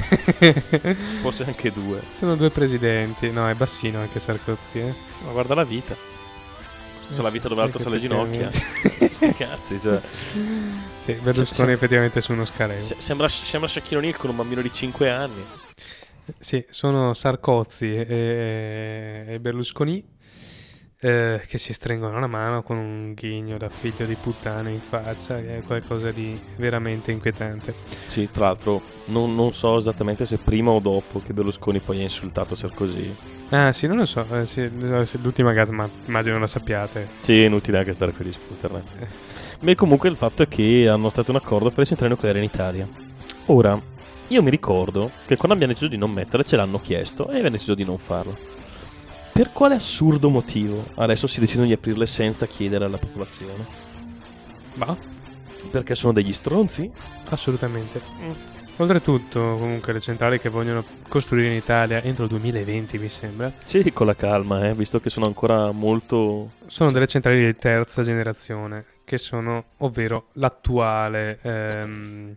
Forse anche due. Sono due presidenti. No, è bassino anche Sarkozy, eh. Ma guarda la vita. C'è la vita dove l'altro Sì, sta le ginocchia. effettivamente. Sti cazzi, cioè. Sì, Berlusconi Se- se- effettivamente su uno scaleo. Se- sembra, sembra Shaquille O'Neal con un bambino di cinque anni. Sì, sono Sarkozy e, e Berlusconi eh, che si stringono la mano con un ghigno da figlio di puttana in faccia, che è qualcosa di veramente inquietante. Sì, tra l'altro non, non so esattamente se prima o dopo che Berlusconi poi ha insultato Sarkozy. Ah sì, non lo so, eh, sì, se l'ultima casa, ma immagino la sappiate. Sì, è inutile anche stare qui a discuterne. Ma comunque il fatto è che hanno stato un accordo per le centrali nucleari in Italia. Ora, io mi ricordo che quando abbiamo deciso di non mettere ce l'hanno chiesto e abbiamo deciso di non farlo. Per quale assurdo motivo adesso si decidono di aprirle senza chiedere alla popolazione? Ma Perché sono degli stronzi? assolutamente. Oltretutto, comunque, le centrali che vogliono costruire in Italia entro il duemilaventi, mi sembra, Sì, con la calma, eh, visto che sono ancora molto... sono delle centrali di terza generazione, che sono, ovvero l'attuale ehm,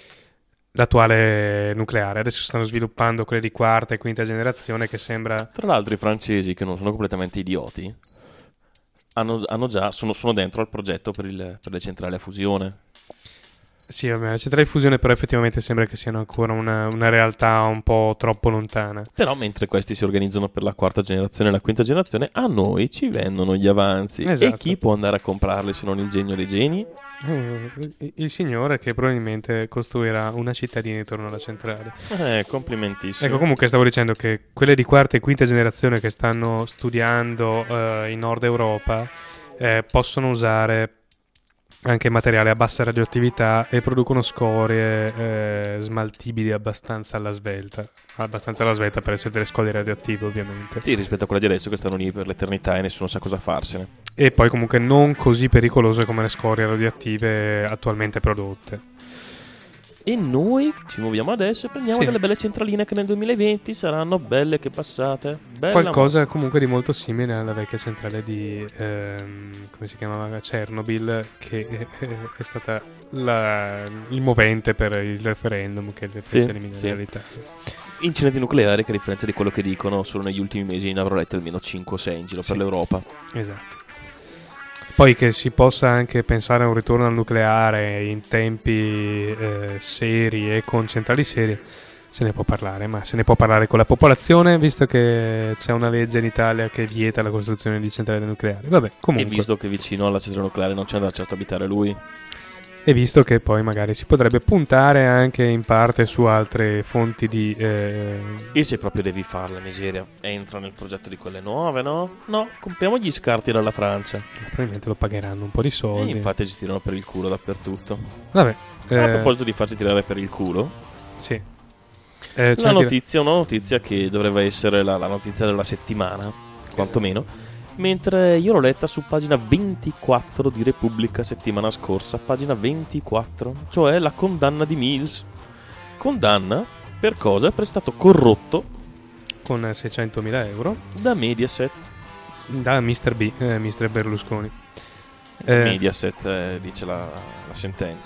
l'attuale nucleare. Adesso stanno sviluppando quelle di quarta e quinta generazione che sembra... Tra l'altro i francesi, che non sono completamente idioti, hanno, hanno già, sono, sono dentro al progetto per, il, per le centrali a fusione. Sì, vabbè, le centrali di fusione però effettivamente sembra che siano ancora una, una realtà un po' troppo lontana. Però mentre questi si organizzano per la quarta generazione e la quinta generazione, a noi ci vendono gli avanzi. Esatto. E chi può andare a comprarli se non il genio dei geni? Eh, il, il signore che probabilmente costruirà una cittadina intorno alla centrale. Eh, complimentissimo. Ecco, comunque stavo dicendo che quelle di quarta e quinta generazione che stanno studiando eh, in Nord Europa eh, possono usare anche materiale a bassa radioattività e producono scorie eh, smaltibili abbastanza alla svelta. Abbastanza alla svelta per essere delle scorie radioattive, ovviamente. Sì, rispetto a quelle di adesso che stanno lì per l'eternità e nessuno sa cosa farsene. E poi comunque non così pericolose come le scorie radioattive attualmente prodotte. E noi ci muoviamo adesso e prendiamo Sì. delle belle centraline che nel duemilaventi saranno belle che passate. Bella Qualcosa comunque di molto simile alla vecchia centrale di ehm, come si chiamava Chernobyl, che è, è stata la- il movente per il referendum che le fece Sì, eliminare sì. dall'Italia. incidenti nucleari che a differenza di quello che dicono solo negli ultimi mesi ne avrò letto almeno cinque o sei in giro Sì. per l'Europa. Esatto. Poi che si possa anche pensare a un ritorno al nucleare in tempi eh, seri e con centrali serie, se ne può parlare, ma se ne può parlare con la popolazione, visto che c'è una legge in Italia che vieta la costruzione di centrali nucleari. Vabbè, comunque. E visto che vicino alla centrale nucleare non ci andrà certo a abitare lui. E visto che poi magari si potrebbe puntare anche in parte su altre fonti di... eh, E se proprio devi farla, miseria, entra nel progetto di quelle nuove, no? No, compriamo gli scarti dalla Francia. probabilmente lo pagheranno un po' di E soldi. infatti ci tirano per il culo dappertutto. Vabbè. A eh, proposito di farsi tirare per il culo, sì. Eh, c'è la anche- notizia, una notizia che dovrebbe essere la, la notizia della settimana, quantomeno. Mentre io l'ho letta su pagina ventiquattro di Repubblica settimana scorsa, pagina ventiquattro, cioè la condanna di Mills. Condanna per cosa? Per stato corrotto con seicentomila euro da Mediaset. da mister B, eh, mister Berlusconi. Eh, Mediaset eh, dice la, la sentenza.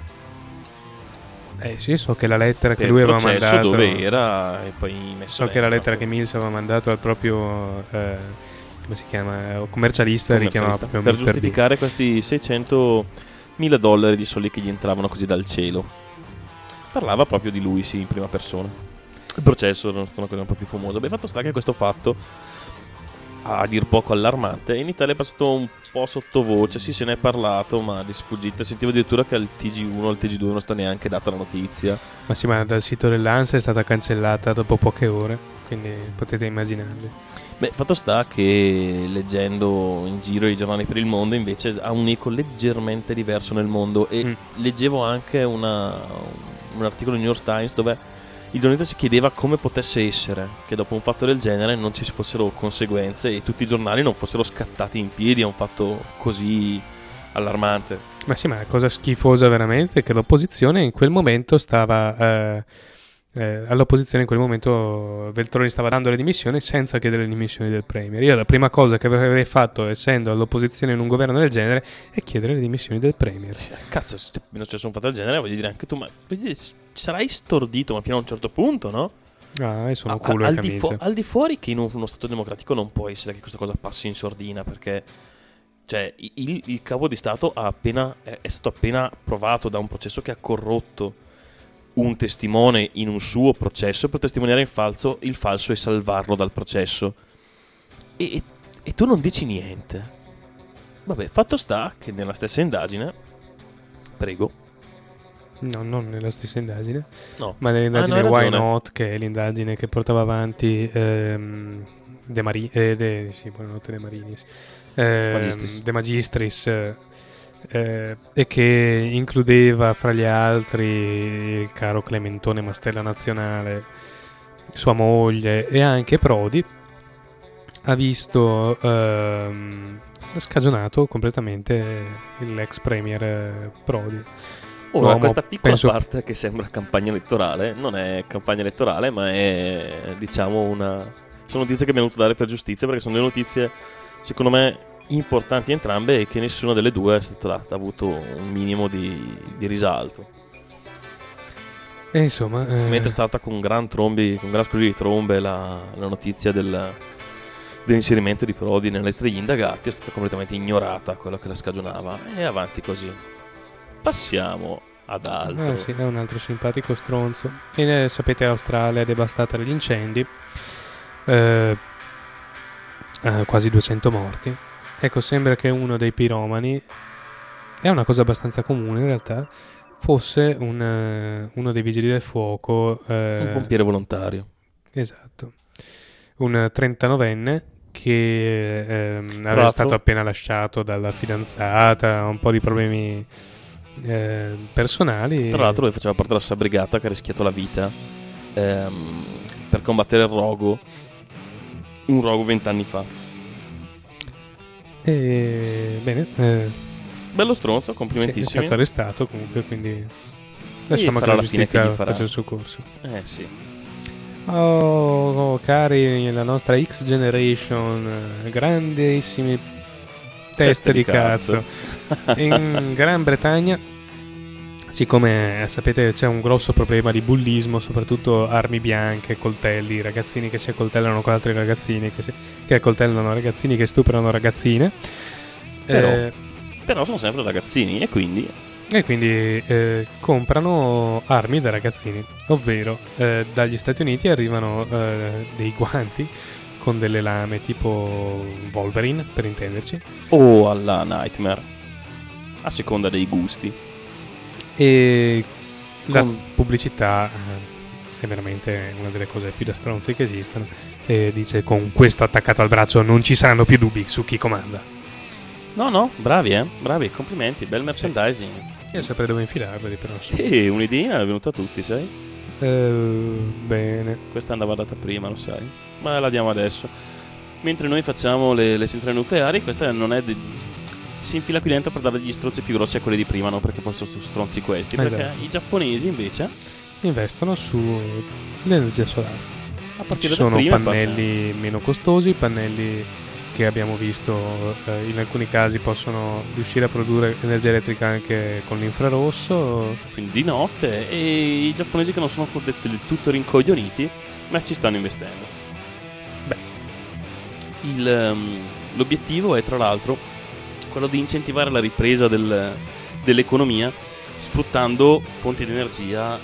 eh sì, so che la lettera che Per lui il aveva processo mandato... dove era e poi messo So che la dentro, lettera che appunto. Mills aveva mandato al proprio... eh, come si chiama? Eh, commercialista, richiamava Commercialista. proprio Per mister B. giustificare questi seicentomila dollari di soldi che gli entravano così dal cielo. Parlava proprio di lui, sì, in prima persona. Il processo era una cosa un po' più famosa. Beh, fatto sta che questo fatto, a dir poco allarmante, in Italia è passato un po' sottovoce, sì, se ne è parlato, ma di sfuggita. Sentivo addirittura che al T G uno o al T G due non sta neanche data la notizia. Ma sì, ma dal sito dell'A N S è stata cancellata dopo poche ore, quindi potete immaginarvi. Beh, fatto sta che leggendo in giro i giornali per il mondo invece ha un eco leggermente diverso nel mondo e Mm. leggevo anche una, un articolo del New York Times dove il giornalista si chiedeva come potesse essere che dopo un fatto del genere non ci fossero conseguenze e tutti i giornali non fossero scattati in piedi a un fatto così allarmante. Ma sì, ma la cosa schifosa veramente è che l'opposizione in quel momento stava... Eh, eh, all'opposizione in quel momento Veltroni stava dando le dimissioni senza chiedere le dimissioni del Premier. Io la prima cosa che avrei fatto, essendo all'opposizione in un governo del genere, è chiedere le dimissioni del Premier. Sì, cazzo, se non c'è un fatto del genere voglio dire anche tu, ma voglio dire, sarai stordito ma fino a un certo punto, no? Ah, e sono A- culo al, e di fu- camicia. al di fuori che in un- uno Stato democratico non può essere che questa cosa passi in sordina, perché cioè il, il capo di Stato ha appena, è, è stato appena provato da un processo che ha corrotto un testimone in un suo processo per testimoniare il falso, il falso e salvarlo dal processo. E, e- e tu non dici niente. Vabbè, fatto sta che nella stessa indagine, prego, No, non nella stessa indagine, no, ma nell'indagine Ah, no, hai Why ragione. Not, che è l'indagine che portava avanti ehm, De, Mari- eh, De, sì, buonanotte De Marinis, ehm, Magistris. De Magistris, eh, eh, e che includeva fra gli altri il caro Clementone Mastella Nazionale, sua moglie e anche Prodi, ha visto ehm, scagionato completamente l'ex premier eh, Prodi. Ora, Uomo, questa piccola penso- parte che sembra campagna elettorale non è campagna elettorale, ma è, diciamo, una. Sono notizie che abbiamo dovuto dare per giustizia, perché sono due notizie, secondo me, importanti entrambe e che nessuna delle due è stata data, ha avuto un minimo di, di risalto. E insomma, eh, Mentre è stata con gran trombi, con gran scrolli di trombe la, la notizia del, dell'inserimento di Prodi nelle liste degli indagati, è stata completamente ignorata quello che la scagionava. E avanti così. Passiamo ad altro. eh, sì, è un altro simpatico stronzo. E eh, sapete, l'Australia è devastata dagli incendi, eh, eh, quasi duecento morti. Ecco, sembra che uno dei piromani, è una cosa abbastanza comune in realtà, fosse un, eh, uno dei vigili del fuoco. eh, Un pompiere volontario. Esatto. Un trentanovenne che ehm, aveva l'altro- stato appena lasciato dalla fidanzata, un po' di problemi eh, personali. Tra l'altro lui faceva parte della stessa brigata che ha rischiato la vita ehm, per combattere il rogo, un rogo vent'anni fa. E bene, eh, Bello stronzo, sì, è complimentissimi. stato arrestato comunque, quindi lasciamo che farà la la fine giustizia che gli farà. faccia il suo corso. Eh sì. Oh, oh, cari, la nostra X Generation, eh, grandissimi teste di cazzo. In Gran Bretagna, siccome eh, sapete c'è un grosso problema di bullismo, soprattutto armi bianche, coltelli, ragazzini che si accoltellano con altri ragazzini, che, si, che accoltellano ragazzini che stuprano ragazzine. Però- Eh, Però sono sempre ragazzini e quindi e quindi eh, comprano armi da ragazzini, ovvero eh, dagli Stati Uniti arrivano eh, dei guanti con delle lame tipo Wolverine, per intenderci, o alla Nightmare, a seconda dei gusti. e la Con- pubblicità eh, è veramente una delle cose più da stronzi che esistono, e dice: con questo attaccato al braccio non ci saranno più dubbi su chi comanda. No, no, bravi, eh. Bravi, complimenti, bel merchandising. Io saprei dove infilarveli, però insomma. Sì, un'idea è venuta a tutti, sai? Eh, bene. Questa andava data prima, lo sai. Ma la diamo adesso. Mentre noi facciamo le, le centrali nucleari, questa non è. De- si infila qui dentro per dare degli strozzi più grossi a quelli di prima, non perché fossero stronzi questi. Perché Esatto. i giapponesi invece, Investono sull'energia solare. a Ci partire da sono prima. pannelli meno costosi, pannelli che abbiamo visto eh, in alcuni casi possono riuscire a produrre energia elettrica anche con l'infrarosso. Quindi di notte. E i giapponesi che non sono del tutto rincoglioniti, ma ci stanno investendo. Beh. Il, ehm, l'obiettivo è tra l'altro quello di incentivare la ripresa del- dell'economia sfruttando fonti di energia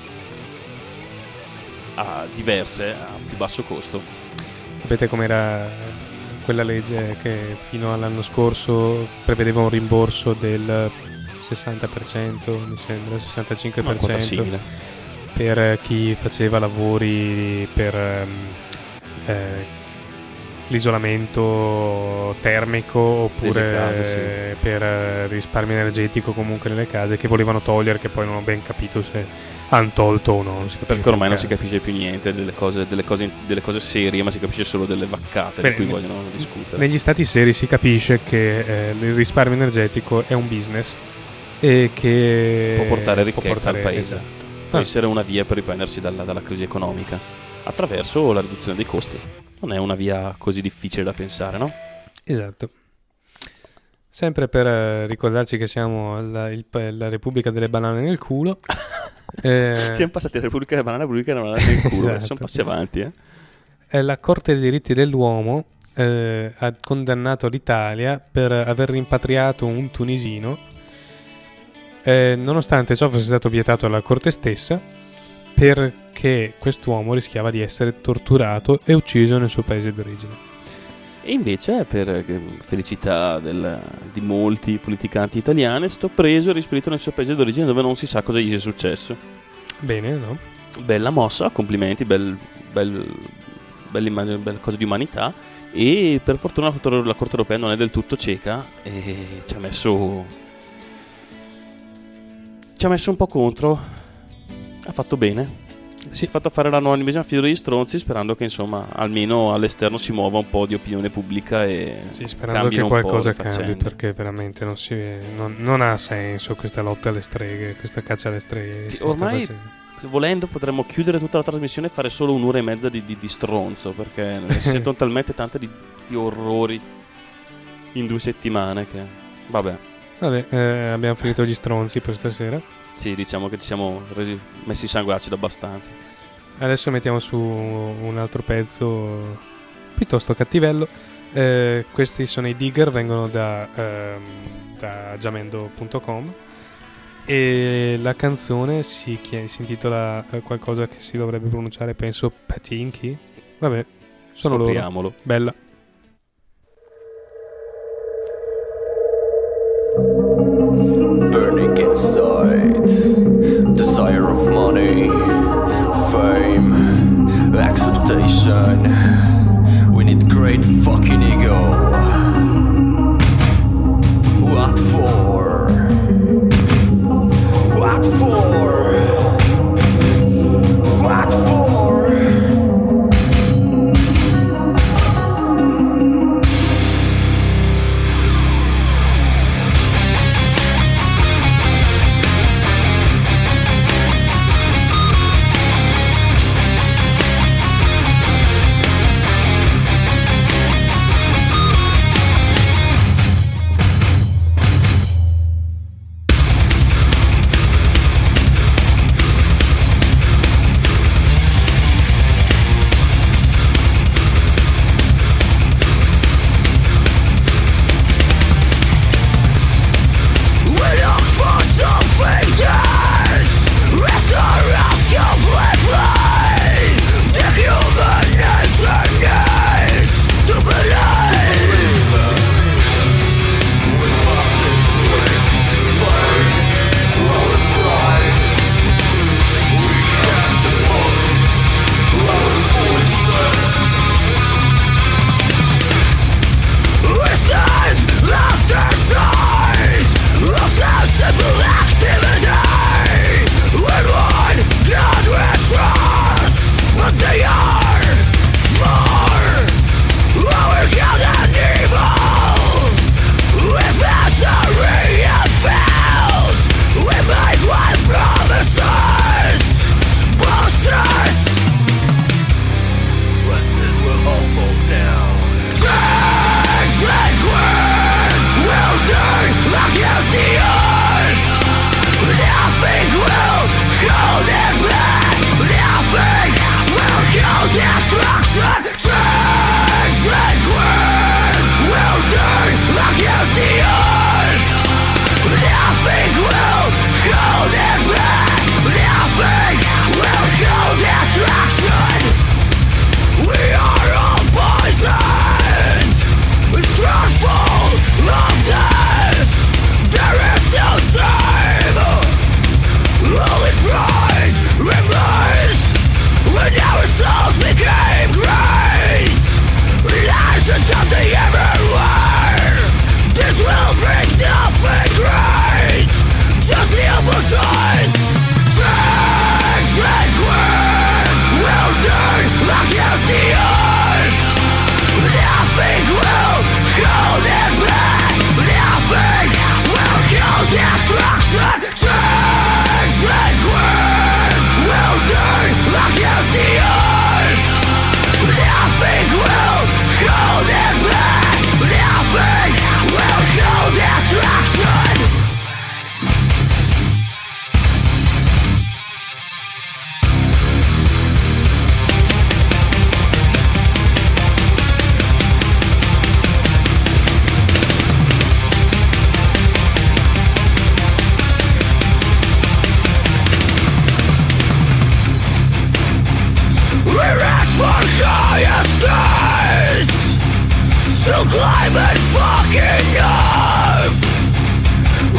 a diverse, a più basso costo. Sapete com'era quella legge che fino all'anno scorso prevedeva un rimborso del sessanta per cento, mi sembra, sessantacinque per cento Una quota simile. per chi faceva lavori per ehm, eh, l'isolamento termico oppure Delle case, sì. eh, per eh, risparmio energetico comunque nelle case, che volevano togliere, che poi non ho ben capito se hanno tolto o no, non si capisce Perché più ormai un non si cazzo. capisce più niente delle cose, delle cose, delle cose serie, ma si capisce solo delle vaccate Bene, di cui ne- vogliono discutere. Negli stati seri si capisce che eh, il risparmio energetico è un business e che Può portare può ricchezza portare- al paese. esatto. Può Ah, essere una via per riprendersi dalla, dalla crisi economica attraverso la riduzione dei costi. Non è una via così difficile da pensare, no? esatto. Sempre per eh, ricordarci che siamo la, il pa- la Repubblica delle banane nel culo. eh, Siamo passati dalla Repubblica della Banana alla Repubblica della Banana nel culo. Esatto. Sono passi avanti, eh? eh, la Corte dei diritti dell'uomo eh, ha condannato l'Italia per aver rimpatriato un tunisino, eh, nonostante ciò fosse stato vietato dalla Corte stessa, perché quest'uomo rischiava di essere torturato e ucciso nel suo paese d'origine. E invece, per eh, felicità del- di molti politicanti italiani, è stato preso e rispedito nel suo paese d'origine dove non si sa cosa gli sia successo. Bene, no? Bella mossa, complimenti, bel, bel, bella immagine, bella cosa di umanità. E per fortuna la Corte- la Corte Europea non è del tutto cieca e ci ha messo ci ha messo un po' contro. Ha fatto bene. Si è fatto fare la nuova medesima fila degli stronzi, sperando che insomma almeno all'esterno si muova un po' di opinione pubblica e Sì, sperando che cambino un po' qualcosa le cambi, faccende. perché veramente non, si, non, non ha senso questa lotta alle streghe, questa caccia alle streghe. che Sì, si sta ormai facendo. volendo potremmo chiudere tutta la trasmissione e fare solo un'ora e mezza di, di, di stronzo, perché ne si sentono talmente tante di, di orrori in due settimane che vabbè. Vabbè, eh, abbiamo finito gli stronzi per stasera. Sì, diciamo che ci siamo resi, messi sangue acido abbastanza. Adesso mettiamo su un altro pezzo piuttosto cattivello. Eh, questi sono i Digger, vengono da, ehm, da jamendo punto com e la canzone si, chi- si intitola eh, qualcosa che si dovrebbe pronunciare, penso, Patinky. Vabbè, sono loro. Scopriamolo. Bella. Burning inside, desire of money, fame, acceptation. We need great fucking ego. What for? What for? What for?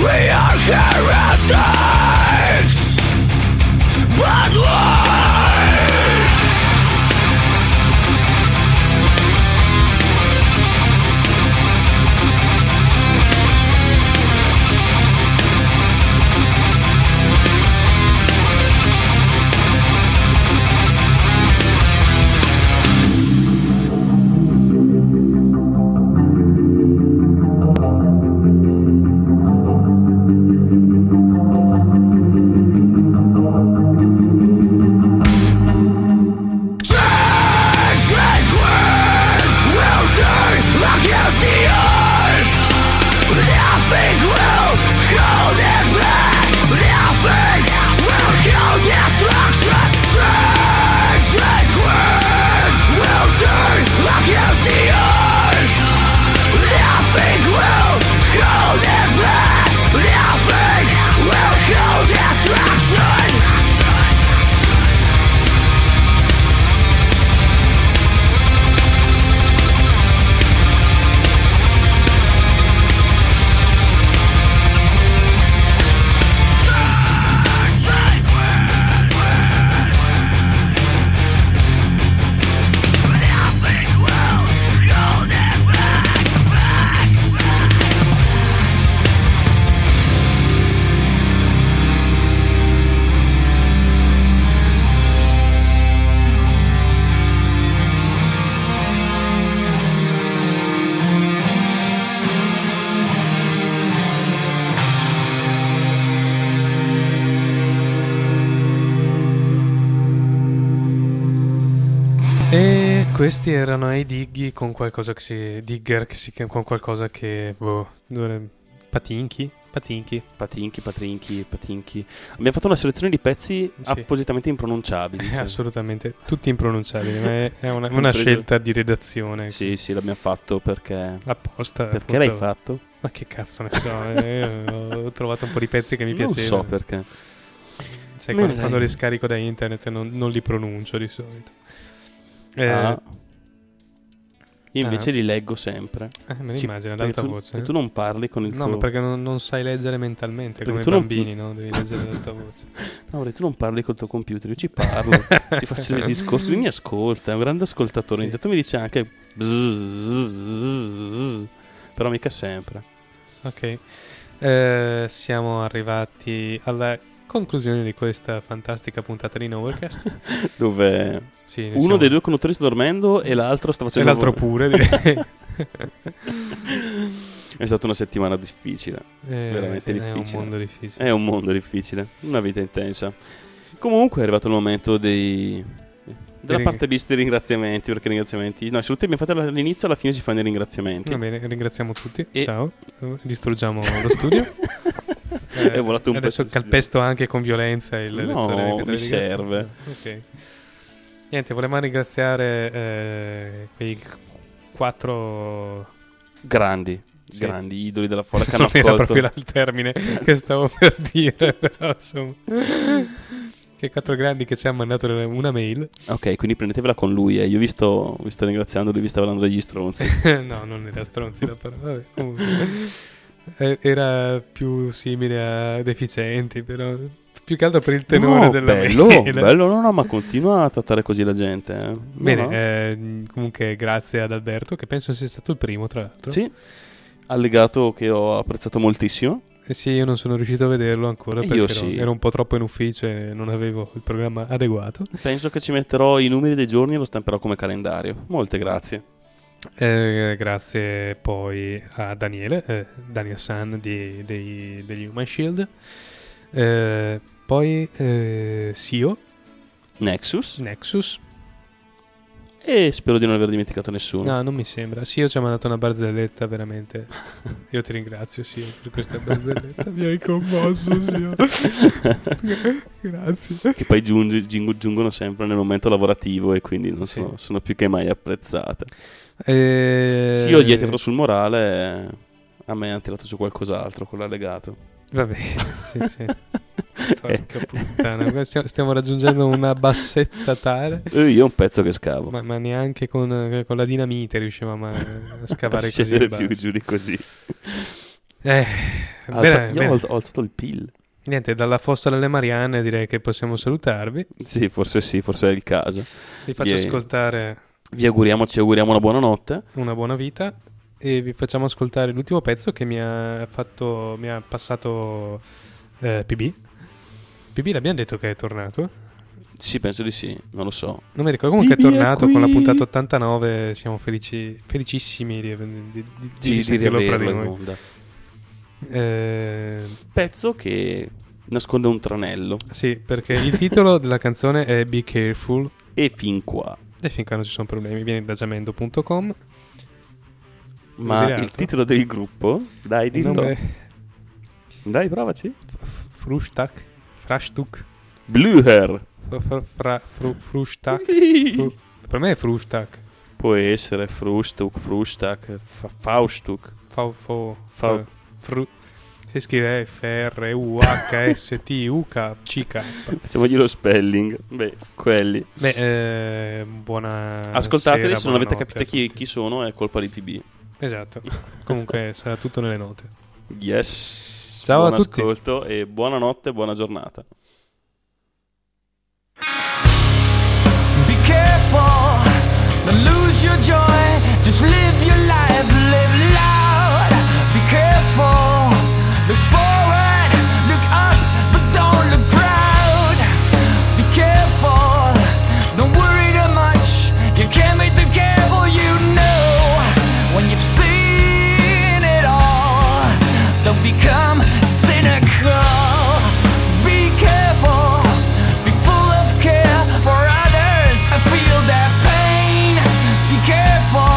We are heretics, but why? Questi erano i Diggy con qualcosa che si Digger che si con qualcosa che boh, dove- patinchi, patinchi. Patinchi, patrinchi, patinchi. Abbiamo fatto una selezione di pezzi Sì. appositamente impronunciabili. Eh, cioè. assolutamente, tutti impronunciabili, ma è, è una, una Compreso- scelta di redazione Sì, sì, l'abbiamo fatto perché... apposta. Perché appunto. l'hai fatto? Ma che cazzo ne so, eh, io ho trovato un po' di pezzi che mi Non piacevano. so perché. Sai, Bene, quando, quando dai. li scarico da internet non, non li pronuncio di solito. Eh, Ah. Io invece ah. li leggo sempre. eh, me lo Ci- immagino ad perché alta tu, voce. e tu non parli con il No, tuo... ma perché non, non sai leggere mentalmente, Perché come i tu non- bambini, no? Devi leggere ad alta voce. No, Ore, tu non parli col tuo computer, io ci parlo, ti faccio dei discorsi, lui mi ascolta, è un grande ascoltatore. Sì. Intanto mi dice anche bzzz, però mica sempre. Ok, Eh, siamo arrivati alla conclusione di questa fantastica puntata di Nowherecast. Dove Sì, ne uno siamo- dei due conduttori sta dormendo e l'altro sta e facendo... l'altro pure, direi. È stata una settimana difficile. Eh, Veramente sì, È un difficile. mondo difficile. È un mondo difficile, una vita intensa. Comunque è arrivato il momento dei... della Dei parte bis dei ringraziamenti, perché i ringraziamenti... No, i saluti abbiamo fatto all'inizio, alla fine si fanno i ringraziamenti. Va bene, ringraziamo tutti. E- Ciao. Eh, Distruggiamo lo studio. Eh, È volato un adesso pezzo di calpesto anche con violenza il No, lettore che mi te ringrazia. serve. Ok. Niente, volevamo ringraziare eh, quei quattro Grandi, Sì. grandi idoli della folla che hanno non era accolto. proprio il termine che stavo per dire, però insomma. Che quattro grandi che ci hanno mandato una mail. Ok, quindi prendetevela con lui. Eh. Io vi sto, vi sto ringraziando, lui vi sta parlando degli stronzi. No, non era stronzi da parola. Vabbè, comunque. Eh, Era più simile a deficienti, però più che altro per il tenore No, della bello, mail. bello, no, no, ma continua a trattare così la gente. Eh. No, Bene, no. eh, comunque grazie ad Alberto, che penso sia stato il primo, tra l'altro. Sì, allegato che ho apprezzato moltissimo. Eh sì, io non sono riuscito a vederlo ancora Io perché ero, sì. ero un po' troppo in ufficio e non avevo il programma adeguato. Penso che ci metterò i numeri dei giorni e lo stamperò come calendario. Molte grazie. Eh, grazie poi a Daniele, eh, Daniel San di, dei, degli Human Shield. Eh, poi eh, Sio, Nexus. Nexus. E spero di non aver dimenticato nessuno. No, non mi sembra. Sio ci ha mandato una barzelletta, veramente. Io ti ringrazio, Sio, per questa barzelletta. Mi hai commosso, Sio. Grazie. Che poi giunge- giungo- giungono sempre nel momento lavorativo e quindi non Sì. so, sono più che mai apprezzate. Eh, Sì, io dietro sul morale, a me hanno tirato su qualcos'altro con l'allegato. Va bene, sì, sì. Porca puttana, stiamo, stiamo raggiungendo una bassezza tale, E io ho un pezzo che scavo. ma, ma neanche con, con la dinamite riuscivamo a, a scavare così Scendere in più basso. giù di così. Eh, Alza- bene, io bene. Ho, alz- ho alzato il P I L. Niente, dalla fossa delle Marianne direi che possiamo salutarvi. Sì, forse sì, forse è il caso. Vi faccio Vi- ascoltare Vi auguriamo, ci auguriamo una buona notte. Una buona vita e vi facciamo ascoltare l'ultimo pezzo che mi ha fatto mi ha passato eh, P B. P B l'abbiamo detto che è tornato? Sì, penso di sì, non lo so. Non mi ricordo, comunque è P B è tornato qui. con la puntata ottantanove, siamo felici, felicissimi di, di, di, di Sì, di sentirlo fra di riaverlo in noi. onda. Eh, Pezzo che nasconde un tranello. sì, perché il titolo della canzone è Be Careful E fin qua. e finché non ci sono problemi vieni da jamendo punto com. Ma dire il altro? titolo del gruppo? Dai, Il dillo. nome Dai, provaci. Frustak Frashtuk Bluher. Fra, fra, fru, Frustak Fru- per me è Frustak. Può essere Frustuk, Frustak, Fa- Faustuk. Fa, fo, Fa- fa- fru, si scrive F R U H S T U K C K. Facciamogli lo spelling. Beh, quelli. Beh, eh, buona Ascoltateli, sera, se non avete buonanotte capito a chi, tutti. chi sono, è colpa di P B. Esatto. Comunque sarà tutto nelle note. Yes. Ciao a Buon tutti. ascolto e buonanotte, buona giornata. Be careful, don't lose your joy. Just live your life, live loud. Be careful, look forward, look up, but don't look proud. Be careful, don't worry too much. You can't be too careful, you know. When you've seen it all, don't become cynical. Be careful, be full of care for others. I feel that pain. Be careful.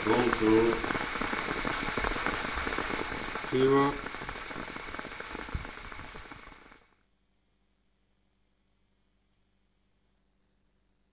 Pronto? Attivo.